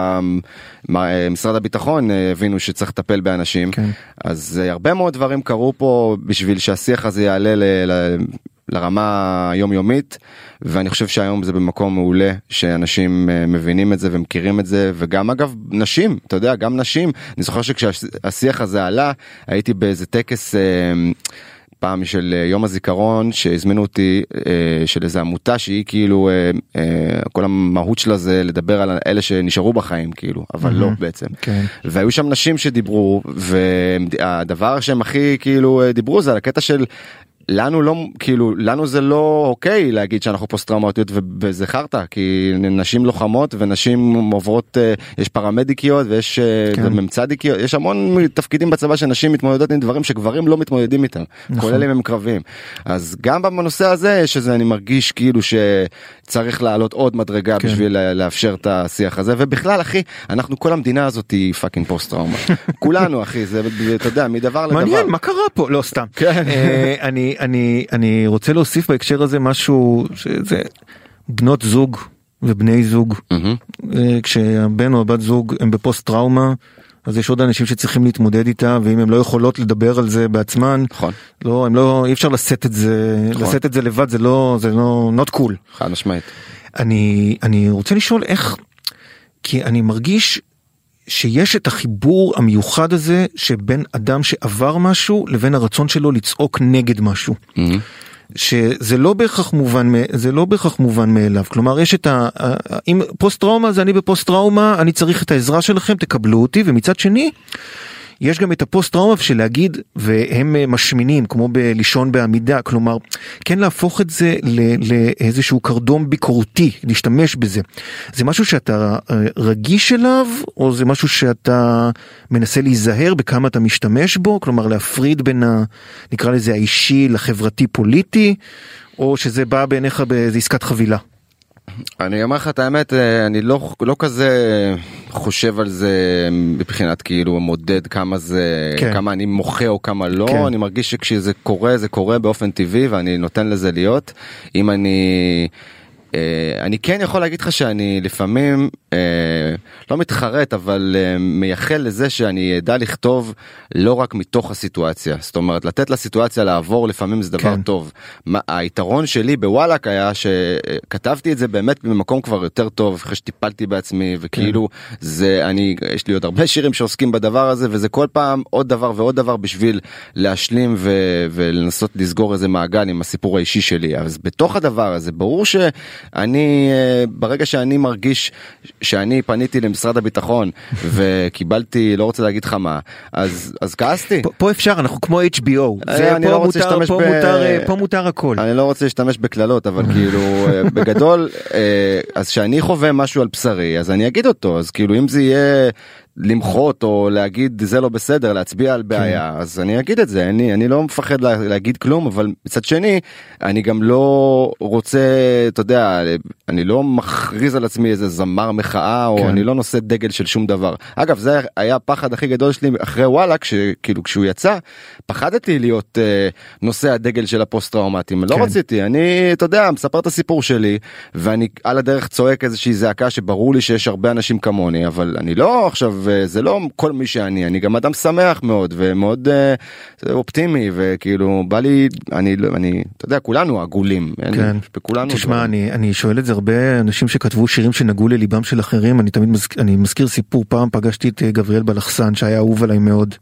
במשרד הביטחון הבינו שצריך לטפל באנשים. כן. אז הרבה מאוד דברים קרו פה בשביל שהשיח הזה יעלה ל... ל... לרמה היומיומית, ואני חושב שהיום זה במקום מעולה, שאנשים מבינים את זה ומכירים את זה, וגם אגב נשים, אתה יודע, גם נשים, אני זוכר שכשהשיח הזה עלה, הייתי באיזה טקס פעם של יום הזיכרון, שהזמינו אותי של איזו עמותה שהיא כאילו, כל המהות שלה זה לדבר על אלה שנשארו בחיים, כאילו, אבל לא בעצם. והיו שם נשים שדיברו, והדבר שהם הכי כאילו דיברו זה על הקטע של לנו לא, כאילו, לנו זה לא אוקיי להגיד שאנחנו פוסט-טראומטיות וזה חרטא, כי נשים לוחמות ונשים עוברות, יש פרמדיקיות ויש כן. ממצדיקיות, יש המון תפקידים בצבא שנשים מתמודדות עם דברים שגברים לא מתמודדים איתם, נכון. כולל אם הם קרבים. אז גם בנושא הזה, שזה אני מרגיש כאילו שצריך לעלות עוד מדרגה כן. בשביל לאפשר את השיח הזה, ובכלל אחי, אנחנו כל המדינה הזאת היא פאקינג פוסט-טראומה. כולנו אחי, זה, אתה יודע, מדבר לדבר. מעניין, מה קרה פה? לא, סתם. כן. אני אני, אני רוצה להוסיף בהקשר הזה משהו שזה בנות זוג ובני זוג. כשהבן או הבת זוג הם בפוסט טראומה, אז יש עוד אנשים שצריכים להתמודד איתה, ואם הם לא יכולות לדבר על זה בעצמן, נכון. לא, הם לא, אי אפשר לשאת את זה, נכון. לשאת את זה לבד, זה לא, זה לא, not cool. חד משמעית. אני, אני רוצה לשאול איך, כי אני מרגיש שיש את החיבור המיוחד הזה, שבין אדם שעבר משהו, לבין הרצון שלו לצעוק נגד משהו. Mm-hmm. שזה לא בהכרח מובן, זה לא בהכרח מובן מאליו. כלומר, יש את ה, אם פוסט טראומה, זה אני בפוסט טראומה, אני צריך את העזרה שלכם, תקבלו אותי, ומצד שני, יש גם את הפוסט טראומה של להגיד, והם משמינים, כמו בלישון בעמידה, כלומר, כן להפוך את זה לאיזשהו קרדום ביקורתי, להשתמש בזה. זה משהו שאתה רגיש אליו, או זה משהו שאתה מנסה להיזהר בכמה אתה משתמש בו, כלומר להפריד בין, ה, נקרא לזה האישי לחברתי פוליטי, או שזה בא בעיניך באיזו עסקת חבילה? אני אומר לך את האמת, אני לא, לא כזה חושב על זה מבחינת כאילו מודד כמה זה, כן. כמה אני מוחה או כמה לא, כן. אני מרגיש שכשזה קורה, זה קורה באופן טבעי ואני נותן לזה להיות. אם אני, אני כן יכול להגיד לך שאני לפעמים לא מתחרט, אבל מייחל לזה שאני אדע לכתוב לא רק מתוך הסיטואציה. זאת אומרת, לתת לסיטואציה לעבור לפעמים זה דבר כן. טוב. היתרון שלי בוואלק היה שכתבתי את זה באמת במקום כבר יותר טוב, אחרי שטיפלתי בעצמי, וכאילו כן. זה, אני, יש לי עוד הרבה שירים שעוסקים בדבר הזה, וזה כל פעם עוד דבר ועוד דבר בשביל להשלים ו, ולנסות לסגור איזה מעגל עם הסיפור האישי שלי. אז בתוך הדבר הזה, ברור שאני, ברגע שאני מרגיש שאני פניתי למשרד הביטחון וקיבלתי, לא רוצה להגיד לך מה, אז, אז כעסתי. פה, פה אפשר, אנחנו כמו אייץ' בי או. זה אני פה, לא רוצה מותר, להשתמש פה, ב... מותר, פה מותר הכל. אני לא רוצה להשתמש בכללות, אבל כאילו, בגדול, אז שאני חווה משהו על בשרי, אז אני אגיד אותו, אז כאילו אם זה יהיה למחות או להגיד זה לא בסדר, להצביע על בעיה, כן. אז אני אגיד את זה, אני, אני לא מפחד לה, להגיד כלום, אבל מצד שני, אני גם לא רוצה, אתה יודע, אני לא מכריז על עצמי איזה זמר מחאה, או כן. אני לא נושא דגל של שום דבר. אגב, זה היה הפחד הכי גדול שלי אחרי וואלה, כשכאילו כשהוא יצא, פחדתי להיות אה, נושא הדגל של הפוסט-טראומטיים, כן. לא רציתי, אני, אתה יודע, מספר את הסיפור שלי, ואני על הדרך צועק איזושהי זעקה שברור לי שיש הרבה אנשים כמוני, אבל אני לא עכשיו וזה לא כל מי שאני, אני גם אדם שמח מאוד ומאוד uh, אופטימי, וכאילו בא לי, אני, אני, אתה יודע, כולנו עגולים. כן. בכולנו תשמע, אני, אני שואל את זה הרבה אנשים שכתבו שירים שנגעו לליבם של אחרים, אני תמיד מזכיר, אני מזכיר סיפור, פעם פגשתי את גבריאל בלחסן, שהיה אהוב עליי מאוד.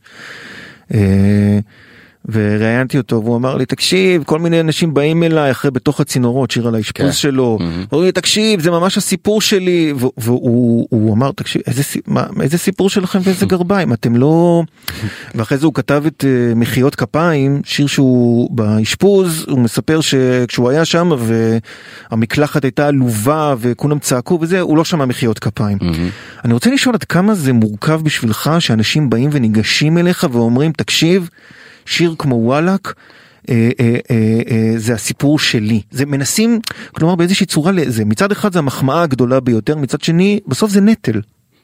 וראיינתי אותו, והוא אמר לי, תקשיב, כל מיני אנשים באים אליי, אחרי בתוך הצינורות, שיר על האשפוז כן. שלו, mm-hmm. הוא אומר לי, תקשיב, זה ממש הסיפור שלי, והוא הוא אמר, תקשיב, איזה, מה, איזה סיפור שלכם ואיזה גרביים, אתם לא... ואחרי זה הוא כתב את uh, מחיאות כפיים, שיר שהוא באשפוז, הוא מספר שכשהוא היה שם, והמקלחת הייתה עלובה, וכולם צעקו וזה, הוא לא שמע מחיאות כפיים. Mm-hmm. אני רוצה לשאול עד כמה זה מורכב בשבילך, שאנשים באים וניגשים אליך, ואומרים, תקשיב, שיר כמו וואלק, אה, אה, אה, אה, זה הסיפור שלי. זה מנסים, כלומר באיזושהי צורה, זה, מצד אחד זה המחמאה הגדולה ביותר, מצד שני, בסוף זה נטל.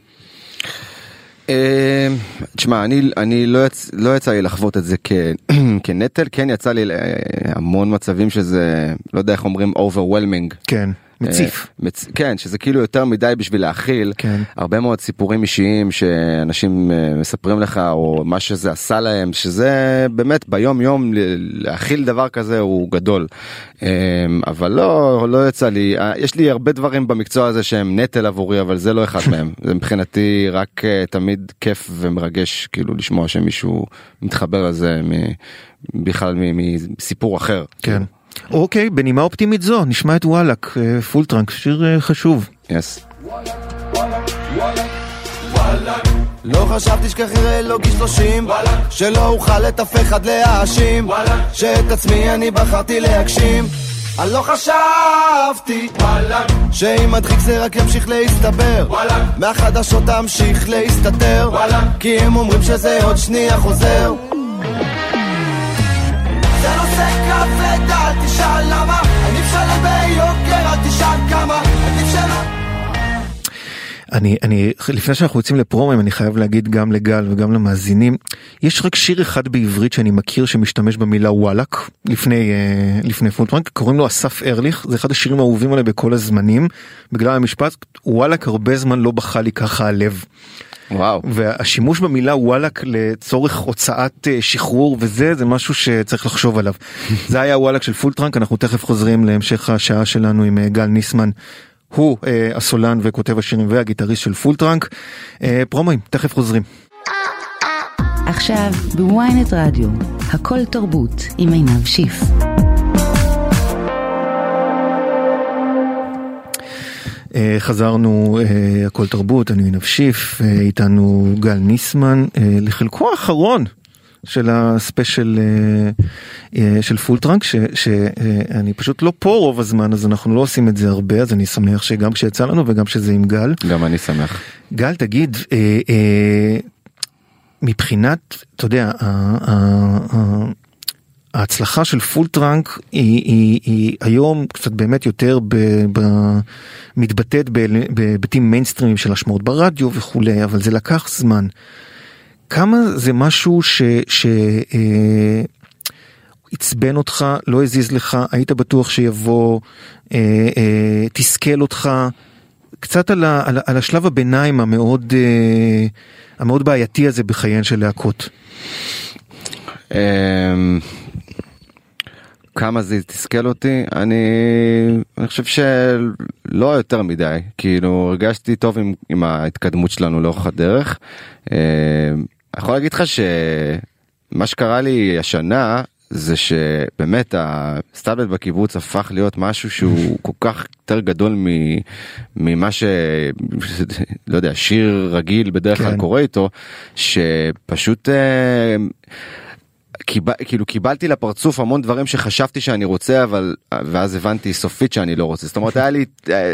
תשמע, אני, אני לא, יצ, לא יצא לי לחוות את זה כ, כנטל, כן יצא לי המון מצבים שזה, לא יודע איך אומרים, overwhelming. כן. מציף. מצ... כן, שזה כאילו יותר מדי בשביל להכיל. כן. הרבה מאוד סיפורים אישיים שאנשים מספרים לך, או מה שזה עשה להם, שזה באמת ביום יום להכיל דבר כזה הוא גדול. אבל לא, לא יצא לי, יש לי הרבה דברים במקצוע הזה שהם נטל עבורי, אבל זה לא אחד מהם. זה מבחינתי רק תמיד כיף ומרגש, כאילו לשמוע שמישהו מתחבר לזה בכלל מסיפור אחר. כן. אוקיי, בנימה אופטימית זו, נשמע את וואלק, פול טראנק, שיר חשוב. יס. לא חשבתי שככה לא גיל שלושים, שלא אוכל את אף אחד להאשים, שאת עצמי אני בחרתי להגשים. אני לא חשבתי שאם מדחיק זה רק ימשיך להסתבר, מהחדשות תמשיך להסתתר, כי הם אומרים שזה עוד שנייה חוזר. זה נושא כבד, אל תשאל למה, אני משלם ביוקר, אל תשאל כמה, עדיף שלא. אני, אני, לפני שאנחנו יוצאים לפרומים, אני חייב להגיד גם לגל וגם למאזינים, יש רק שיר אחד בעברית שאני מכיר שמשתמש במילה וואלק, לפני, לפני פולטרנק, קוראים לו אסף ארליך, זה אחד השירים האהובים עליי בכל הזמנים, בגלל המשפט, וואלק הרבה זמן לא בכה לי ככה הלב. וואו. והשימוש במילה וואלק לצורך הוצאת שחרור וזה, זה משהו שצריך לחשוב עליו. זה היה וואלק של פולטרנק, אנחנו תכף חוזרים להמשך השעה שלנו עם גל ניסמן, הוא אה, הסולן וכותב השירים והגיטריסט של פולטרנק. אה, פרומואים, תכף חוזרים. עכשיו בוויינט רדיו, הכל תרבות עם עינב שיף. אה, חזרנו, אה, הכל תרבות, אני עינב שיף, אה, איתנו גל ניסמן, אה, לחלקו האחרון של הספיישל של פולטרנק, שאני פשוט לא פה רוב הזמן, אז אנחנו לא עושים את זה הרבה, אז אני שמח שגם כשיצא לנו וגם שזה עם גל. גם אני שמח. גל, תגיד, מבחינת, אתה יודע, ההצלחה של פולטרנק היא היום קצת באמת יותר מתבטאת בביתים מיינסטרימים של השמעות ברדיו וכולי, אבל זה לקח זמן. כמה זה משהו ש... ש אה, עצבן אותך, לא הזיז לך, היית בטוח שיבוא, אה, אה, תסכל אותך, קצת על, ה, על, על השלב הביניים המאוד, אה, המאוד בעייתי הזה בחיין של להקות. כמה זה תסכל אותי? אני, אני חושב שלא יותר מדי, כאילו הרגשתי טוב עם, עם ההתקדמות שלנו לאורך הדרך. אני יכול להגיד לך שמה שקרה לי השנה זה שבאמת הסטלבט בקיבוץ הפך להיות משהו שהוא כל כך יותר גדול ממה ש... לא יודע, שיר רגיל בדרך כלל קורא איתו, שפשוט... קיבל, כאילו קיבלתי לפרצוף המון דברים שחשבתי שאני רוצה, אבל ואז הבנתי סופית שאני לא רוצה. זאת אומרת, היה לי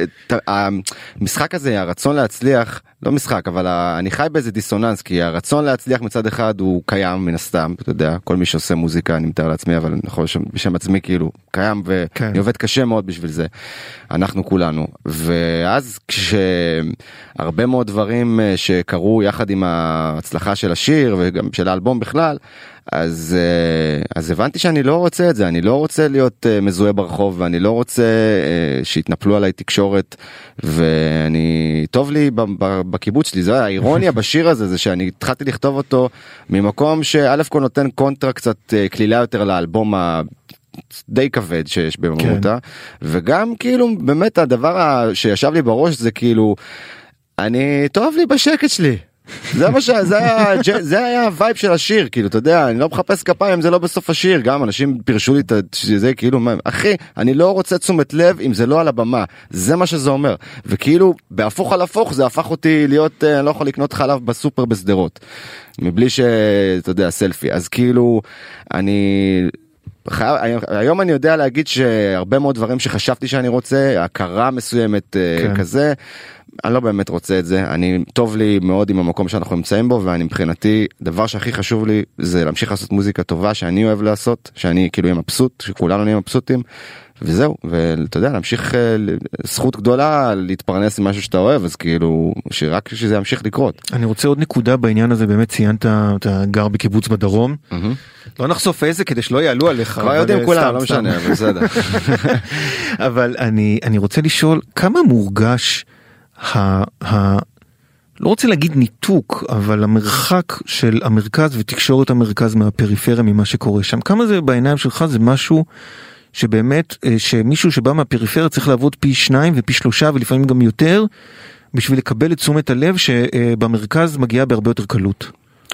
המשחק הזה, הרצון להצליח, לא משחק, אבל אני חי באיזה דיסוננס, כי הרצון להצליח מצד אחד הוא קיים מן הסתם, אתה יודע, כל מי שעושה מוזיקה, אני מתאר לעצמי, אבל נכון, בשם עצמי כאילו, קיים ואני עובד קשה מאוד בשביל זה. אנחנו כולנו. ואז כשהרבה מאוד דברים שקרו יחד עם ההצלחה של השיר וגם של האלבום בכלל, אז, אז הבנתי שאני לא רוצה את זה, אני לא רוצה להיות מזוהה ברחוב, ואני לא רוצה שיתנפלו עליי תקשורת, ואני, טוב לי בקיבוץ שלי, זה האירוניה בשיר הזה, זה שאני התחלתי לכתוב אותו ממקום שא' כל נותן קונטרה קצת כלילה יותר לאלבום ה... די כבד שיש במהותה, כן. וגם כאילו באמת הדבר שישב לי בראש זה כאילו, אני, טוב לי בשקט שלי. זה מה ש... זה היה, זה היה הווייב של השיר, כאילו, אתה יודע, אני לא מחפש כפיים, זה לא בסוף השיר, גם אנשים פירשו לי את זה, כאילו, אחי, אני לא רוצה תשומת לב אם זה לא על הבמה, זה מה שזה אומר, וכאילו, בהפוך על הפוך, זה הפך אותי להיות, אני לא יכול לקנות חלב בסופר בסדרות, מבלי ש... אתה יודע, סלפי, אז כאילו, אני... היום אני יודע להגיד שהרבה מאוד דברים שחשבתי שאני רוצה, הכרה מסוימת כן. כזה, אני לא באמת רוצה את זה, אני טוב לי מאוד עם המקום שאנחנו נמצאים בו, ואני מבחינתי, דבר שהכי חשוב לי זה להמשיך לעשות מוזיקה טובה שאני אוהב לעשות, שאני כאילו אהיה מבסוט, שכולנו נהיה מבסוטים, וזהו, ואתה יודע, להמשיך זכות גדולה להתפרנס עם משהו שאתה אוהב, אז כאילו, שרק שזה ימשיך לקרות. אני רוצה עוד נקודה בעניין הזה, באמת ציינת, אתה גר בקיבוץ בדרום, לא נחשוף איזה כדי שלא יעלו עליך. כבר יודעים כולם, לא משנה, אבל בסדר. אבל אני רוצה לשאול, כמה מורגש ה, ה, לא רוצה להגיד ניתוק, אבל המרחק של המרכז ותקשורת המרכז מהפריפריה ממה שקורה שם, כמה זה בעיניים שלך זה משהו שבאמת, שמישהו שבא מהפריפריה צריך לעבוד פי שניים ופי שלושה ולפעמים גם יותר, בשביל לקבל את תשומת הלב שבמרכז מגיעה בהרבה יותר קלות?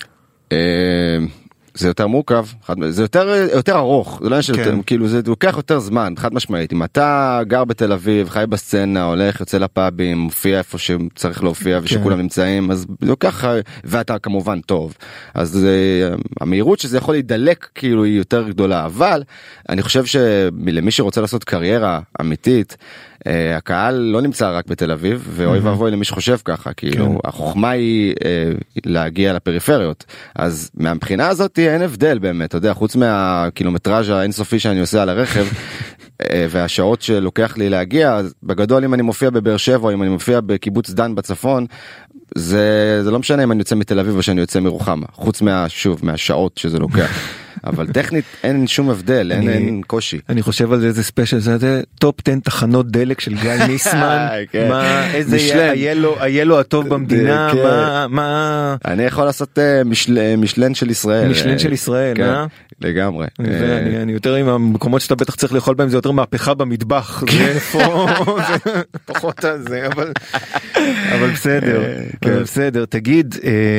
זה יותר מורכב, זה יותר, יותר ארוך, זה לא יש יותר, כאילו זה לוקח יותר זמן, חד משמעית. אם אתה גר בתל אביב, חי בסצנה, הולך, יוצא לפאבים, מופיע איפה שצריך להופיע ושכולם נמצאים, אז לוקח, ואתה כמובן טוב. אז המהירות שזה יכול להידלק כאילו היא יותר גדולה, אבל אני חושב שלמי שרוצה לעשות קריירה אמיתית, הקהל לא נמצא רק בתל אביב, ואוי ואבוי למי שחושב ככה, כאילו החוכמה היא להגיע לפריפריות, אז מהבחינה הזאת אין הבדל באמת, אתה יודע, חוץ מהקילומטראז' האינסופי שאני עושה על הרכב, והשעות שלוקח לי להגיע, אז בגדול אם אני מופיע בבאר שבע, או אם אני מופיע בקיבוץ דן בצפון, זה, זה לא משנה אם אני יוצא מתל אביב או שאני יוצא מרוחמה, חוץ מה, שוב, מהשעות שזה לוקח. אבל טכנית אין שום הבדל, אין, אין קושי. אני חושב על זה איזה ספיישל, זה טופ עשר תחנות דלק של גיא ניסמן, מה, איזה היה לו הטוב במדינה, מה, מה... אני יכול לעשות משלן של ישראל. משלן של ישראל, אה? לגמרי. אני יותר עם המקומות שאתה בטח צריך לאכול בהם, זה יותר מהפכה במטבח, זה איפה, פחות על זה, אבל בסדר, אבל בסדר, תגיד,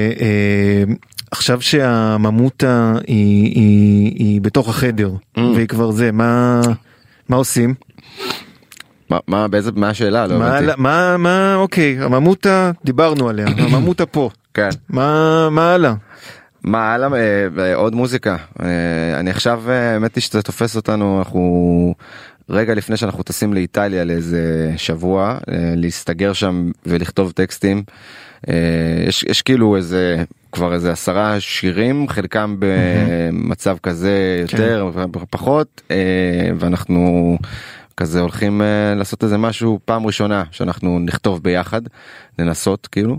עכשיו שהממותה היא, היא, היא בתוך החדר, mm. והיא כבר זה, מה, מה עושים? מה, מה, באיזה, מה השאלה? לא מה, מה, מה, אוקיי, הממותה, דיברנו עליה, הממותה פה. כן. מה, מה הלאה? מה הלאה? אה, עוד מוזיקה. אה, אני עכשיו, האמת היא שזה תופס אותנו, אנחנו... רגע לפני שאנחנו טסים לאיטליה לאיזה שבוע, להסתגר שם ולכתוב טקסטים. יש, יש כאילו איזה, כבר איזה עשרה שירים, חלקם במצב כזה יותר, פחות, ואנחנו כזה הולכים לעשות איזה משהו פעם ראשונה, שאנחנו נכתוב ביחד, ננסות כאילו,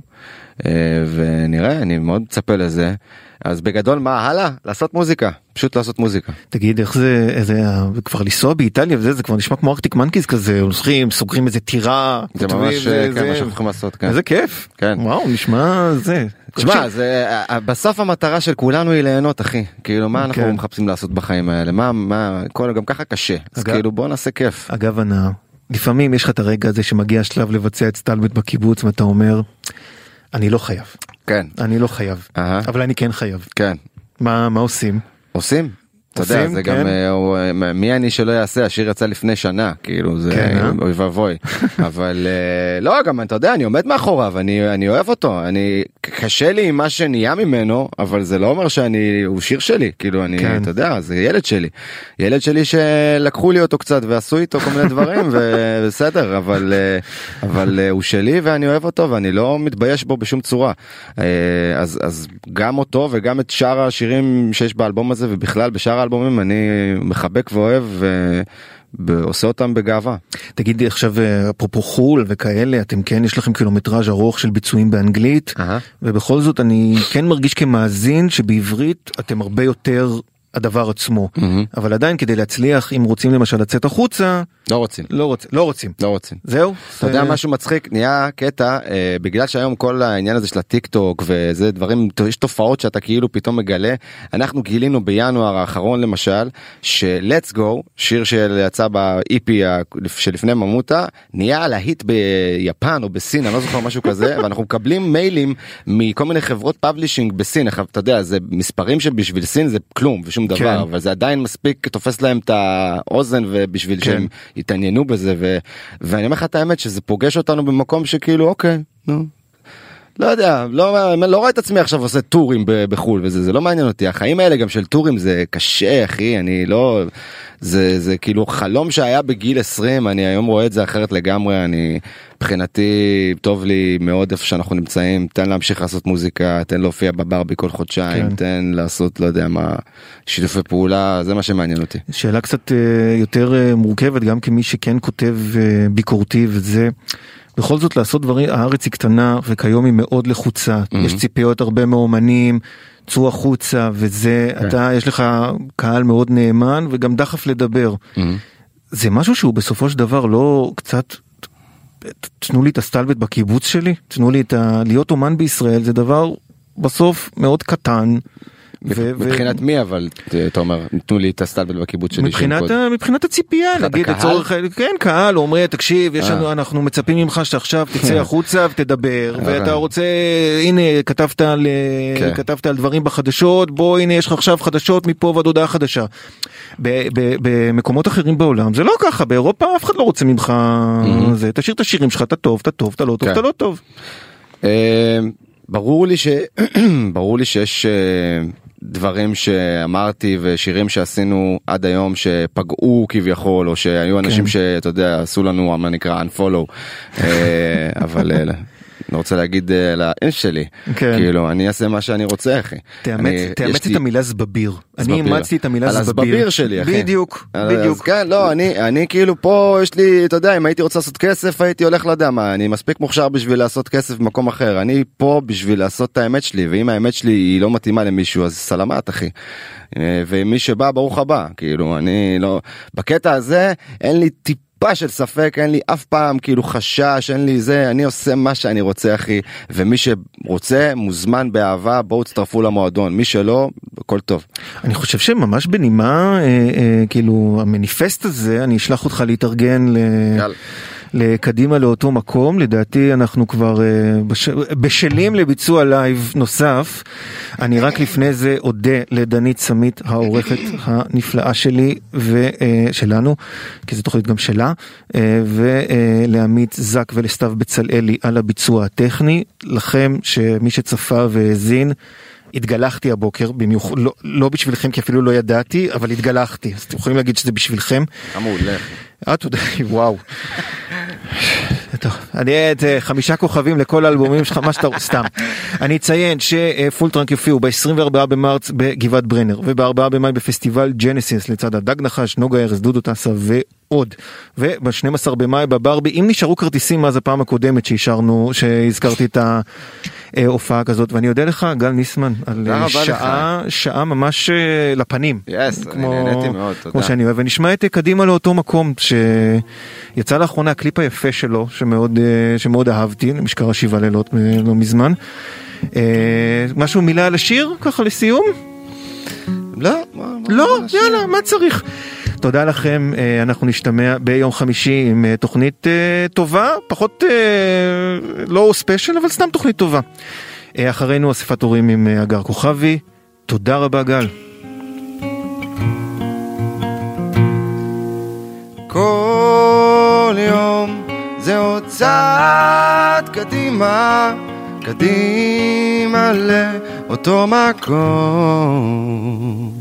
ונראה, אני מאוד מצפה לזה. אז בגדול מה הלאה? לעשות מוזיקה, פשוט לעשות מוזיקה. תגיד איך זה, איזה, כבר לנסוע באיטליה וזה, זה כבר נשמע כמו ארקטיק מנקיז כזה, הולכים, סוגרים איזה טירה. זה ממש, כן, מה שאנחנו לעשות, כן. איזה כיף. כן. וואו, נשמע זה. תשמע, זה, בסוף המטרה של כולנו היא ליהנות, אחי. כאילו, מה אנחנו מחפשים לעשות בחיים האלה? מה, מה, כל, גם ככה קשה. אז כאילו, בוא נעשה כיף. אגב, הנאה, לפעמים יש לך את הרגע הזה שמגיע השלב לבצע את סטלבט בקיבוץ, ואתה אומר, אני לא חייב. כן. אני לא חייב. אבל אני כן חייב. כן. מה, מה עושים? עושים? אתה יודע, זה גם, מי אני שלא יעשה, השיר יצא לפני שנה, כאילו, זה אוי ואבוי. אבל לא, גם, אתה יודע, אני עומד מאחוריו, אני אוהב אותו, אני, קשה לי עם מה שנהיה ממנו, אבל זה לא אומר שאני, הוא שיר שלי, כאילו, אני, אתה יודע, זה ילד שלי. ילד שלי שלקחו לי אותו קצת, ועשו איתו כל מיני דברים, ובסדר, אבל, אבל הוא שלי, ואני אוהב אותו, ואני לא מתבייש בו בשום צורה. אז, אז גם אותו, וגם את שאר השירים שיש באלבום הזה, ובכלל בשאר האלבומים אני מחבק ואוהב ועושה אותם בגאווה. תגידי עכשיו אפרופו חול וכאלה, אתם כן יש לכם קילומטראז' ארוך של ביצועים באנגלית, ובכל זאת אני כן מרגיש כמאזין שבעברית אתם הרבה יותר הדבר עצמו, אבל עדיין כדי להצליח, אם רוצים למשל לצאת החוצה, לא רוצים. לא רוצים. לא רוצים. לא רוצים. זהו? אתה יודע משהו מצחיק, נהיה קטע, בגלל שהיום כל העניין הזה של הטיק טוק וזה דברים, יש תופעות שאתה כאילו פתאום מגלה, אנחנו גילינו בינואר האחרון למשל, ש-Let's Go, שיר שיצא ב-אי פי שלפני ממותה, נהיה להיט ביפן או בסין, אני לא זוכר משהו כזה, ואנחנו מקבלים מיילים מכל מיני חברות פאבלישינג בסין, אתה יודע, זה מספרים שבשביל סין זה כלום ושום דבר, אבל זה עדיין מספיק תופס להם את האוזן ובשביל שהם התעניינו בזה, ו... ואני אומר לך את האמת שזה פוגש אותנו במקום שכאילו אוקיי, נו, לא יודע, לא, לא רואה את עצמי עכשיו עושה טורים בחול וזה, זה לא מעניין אותי, החיים האלה גם של טורים זה קשה אחי, אני לא, זה, זה כאילו חלום שהיה בגיל עשרים, אני היום רואה את זה אחרת לגמרי, אני, מבחינתי טוב לי מאוד איפה שאנחנו נמצאים, תן להמשיך לעשות מוזיקה, תן להופיע בברבי כל חודשיים, כן. תן לעשות לא יודע מה, שיתופי פעולה, זה מה שמעניין אותי. שאלה קצת יותר מורכבת, גם כמי שכן כותב ביקורתי וזה, בכל זאת לעשות דברים, הארץ היא קטנה וכיום היא מאוד לחוצה, mm-hmm. יש ציפיות הרבה מאומנים, צאו החוצה וזה, okay. אתה יש לך קהל מאוד נאמן וגם דחף לדבר. Mm-hmm. זה משהו שהוא בסופו של דבר לא קצת, תנו לי את הסטלבט בקיבוץ שלי, תנו לי את ה... להיות אומן בישראל, זה דבר בסוף מאוד קטן. מבחינת מי אבל אתה אומר נתנו לי את הסטלבט בקיבוץ שלי מבחינת הציפייה נגיד לצורך כן קהל אומר תקשיב יש לנו אנחנו מצפים ממך שעכשיו תצא החוצה ותדבר ואתה רוצה הנה כתבת על כתבת על דברים בחדשות בוא הנה יש לך עכשיו חדשות מפה ועד הודעה חדשה. במקומות אחרים בעולם זה לא ככה, באירופה אף אחד לא רוצה ממך זה, תשאיר את השירים שלך, אתה טוב, אתה טוב, אתה לא טוב, אתה לא טוב. ברור לי ש ברור לי שיש דברים שאמרתי ושירים שעשינו עד היום שפגעו כביכול או שהיו אנשים שאתה יודע עשו לנו מה נקרא unfollow אבל אני רוצה להגיד לאנש שלי, כאילו, אני אעשה מה שאני רוצה, אחי. תאמץ את המילה זבביר. אני אימצתי את המילה זבביר. על הזבביר שלי, אחי. בדיוק, בדיוק. כן, לא, אני כאילו פה, יש לי, אתה יודע, אם הייתי רוצה לעשות כסף, הייתי הולך לדע מה, אני מספיק מוכשר בשביל לעשות כסף במקום אחר. אני פה בשביל לעשות את האמת שלי, ואם האמת שלי היא לא מתאימה למישהו, אז סלמת, אחי. ומי שבא, ברוך הבא. כאילו, אני לא, בקטע הזה, אין לי טיפ של ספק, אין לי אף פעם כאילו חשש, אין לי זה, אני עושה מה שאני רוצה, אחי, ומי שרוצה מוזמן באהבה, בואו תצטרפו למועדון, מי שלא, הכל טוב. אני חושב שממש בנימה, אה, אה, כאילו המניפסט הזה, אני אשלח אותך להתארגן ל... יאללה. לקדימה לאותו מקום, לדעתי אנחנו כבר בש... בשלים לביצוע לייב נוסף. אני רק לפני זה אודה לדנית סמית, העורכת הנפלאה שלי ושלנו, כי זו תוכנית גם שלה, ולעמית זק ולסתיו בצלאלי על הביצוע הטכני. לכם שמי שצפה והזין, התגלחתי הבוקר, במיוחד, לא, לא בשבילכם כי אפילו לא ידעתי, אבל התגלחתי, אז אתם יכולים להגיד שזה בשבילכם. אמור, לך. אה, תודה, וואו. טוב, אני את חמישה כוכבים לכל האלבומים שלך, מה שאתה סתם. אני אציין שפולטרנק יופיעו ב-עשרים וארבעה במרץ בגבעת ברנר, וב-ארבעה במאי בפסטיבל ג'נסיס, לצד הדג נחש, נוגה ארז, דודו טסה ועוד. וב-שנים עשר במאי בברבי, אם נשארו כרטיסים מאז הפעם הקודמת שהשארנו, שהזכרתי את ה... הופעה כזאת, ואני יודע לך, גל ניסמן, על שעה, שעה ממש לפנים. יס, אני נהניתי מאוד, תודה. כמו שאני אוהב, ונשמע את קדימה לאותו מקום, שיצא לאחרונה הקליפ היפה שלו, שמאוד, שמאוד אהבתי, משכר השבעה לילות לא מזמן. משהו מילה על השיר, ככה לסיום? לא, לא, יאללה, מה צריך? תודה לכם, אנחנו נשתמע ביום חמישי עם תוכנית טובה, פחות לא ספיישל, אבל סתם תוכנית טובה. אחרינו אספת הורים עם אגר כוכבי. תודה רבה גל. כל יום זה עוד צעד קדימה, קדימה לאותו מקום.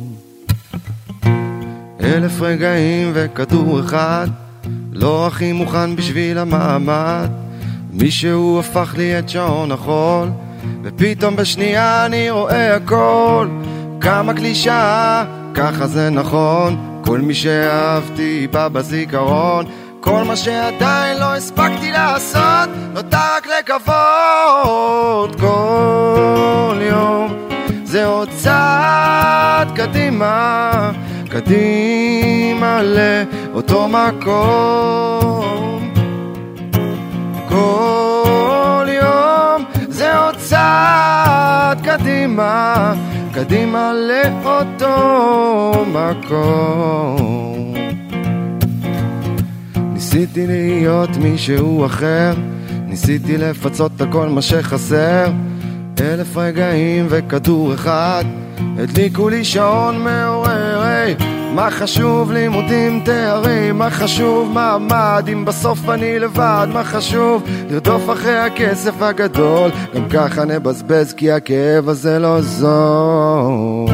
אלף רגעים וכדור אחד, לא הכי מוכן בשביל המעמד. מישהו הפך לי את שעון החול, ופתאום בשנייה אני רואה הכל. כמה קלישה, ככה זה נכון, כל מי שאהבתי בא בזיכרון. כל מה שעדיין לא הספקתי לעשות, נותר רק לקוות. כל יום זה עוד צעד קדימה, קדימה לאותו מקום. כל יום זה עוד צעד קדימה, קדימה לאותו מקום. ניסיתי להיות מישהו אחר, ניסיתי לפצות על כל מה שחסר. אלף רגעים וכדור אחד, הדליקו לי שעון מעורר. היי, מה חשוב לימודים תארים, מה חשוב מעמד אם בסוף אני לבד, מה חשוב לרדוף אחרי הכסף הגדול, גם ככה נבזבז כי הכאב הזה לא זול.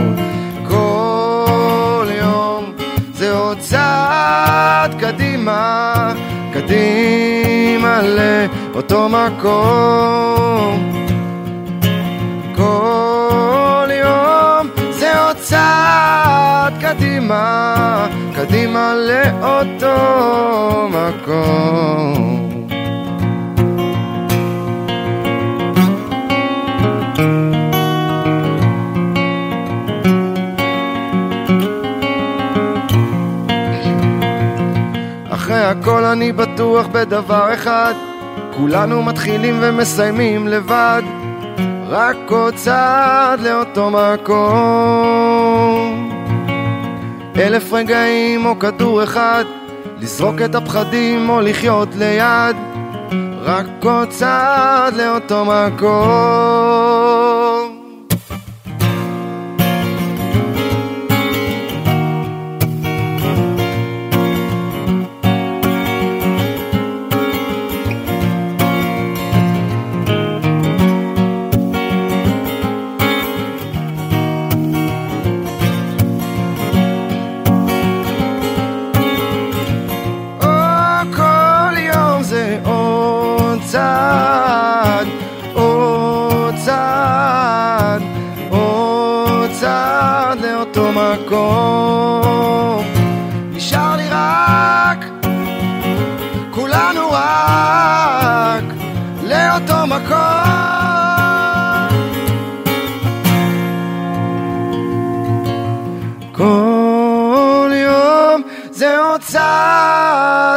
כל יום זה עוד צעד קדימה, קדימה לאותו מקום. כל יום זה עוד צעד קדימה, קדימה לאותו מקום. אחרי הכל אני בטוח בדבר אחד, כולנו מתחילים ומסיימים לבד, רק עוד צעד לאותו מקום. אלף רגעים או כדור אחד, לזרוק את הפחדים או לחיות ליד, רק עוד צעד לאותו מקום. צעד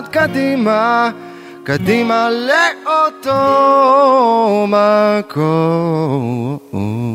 צעד קדימה, קדימה לאותו מקום.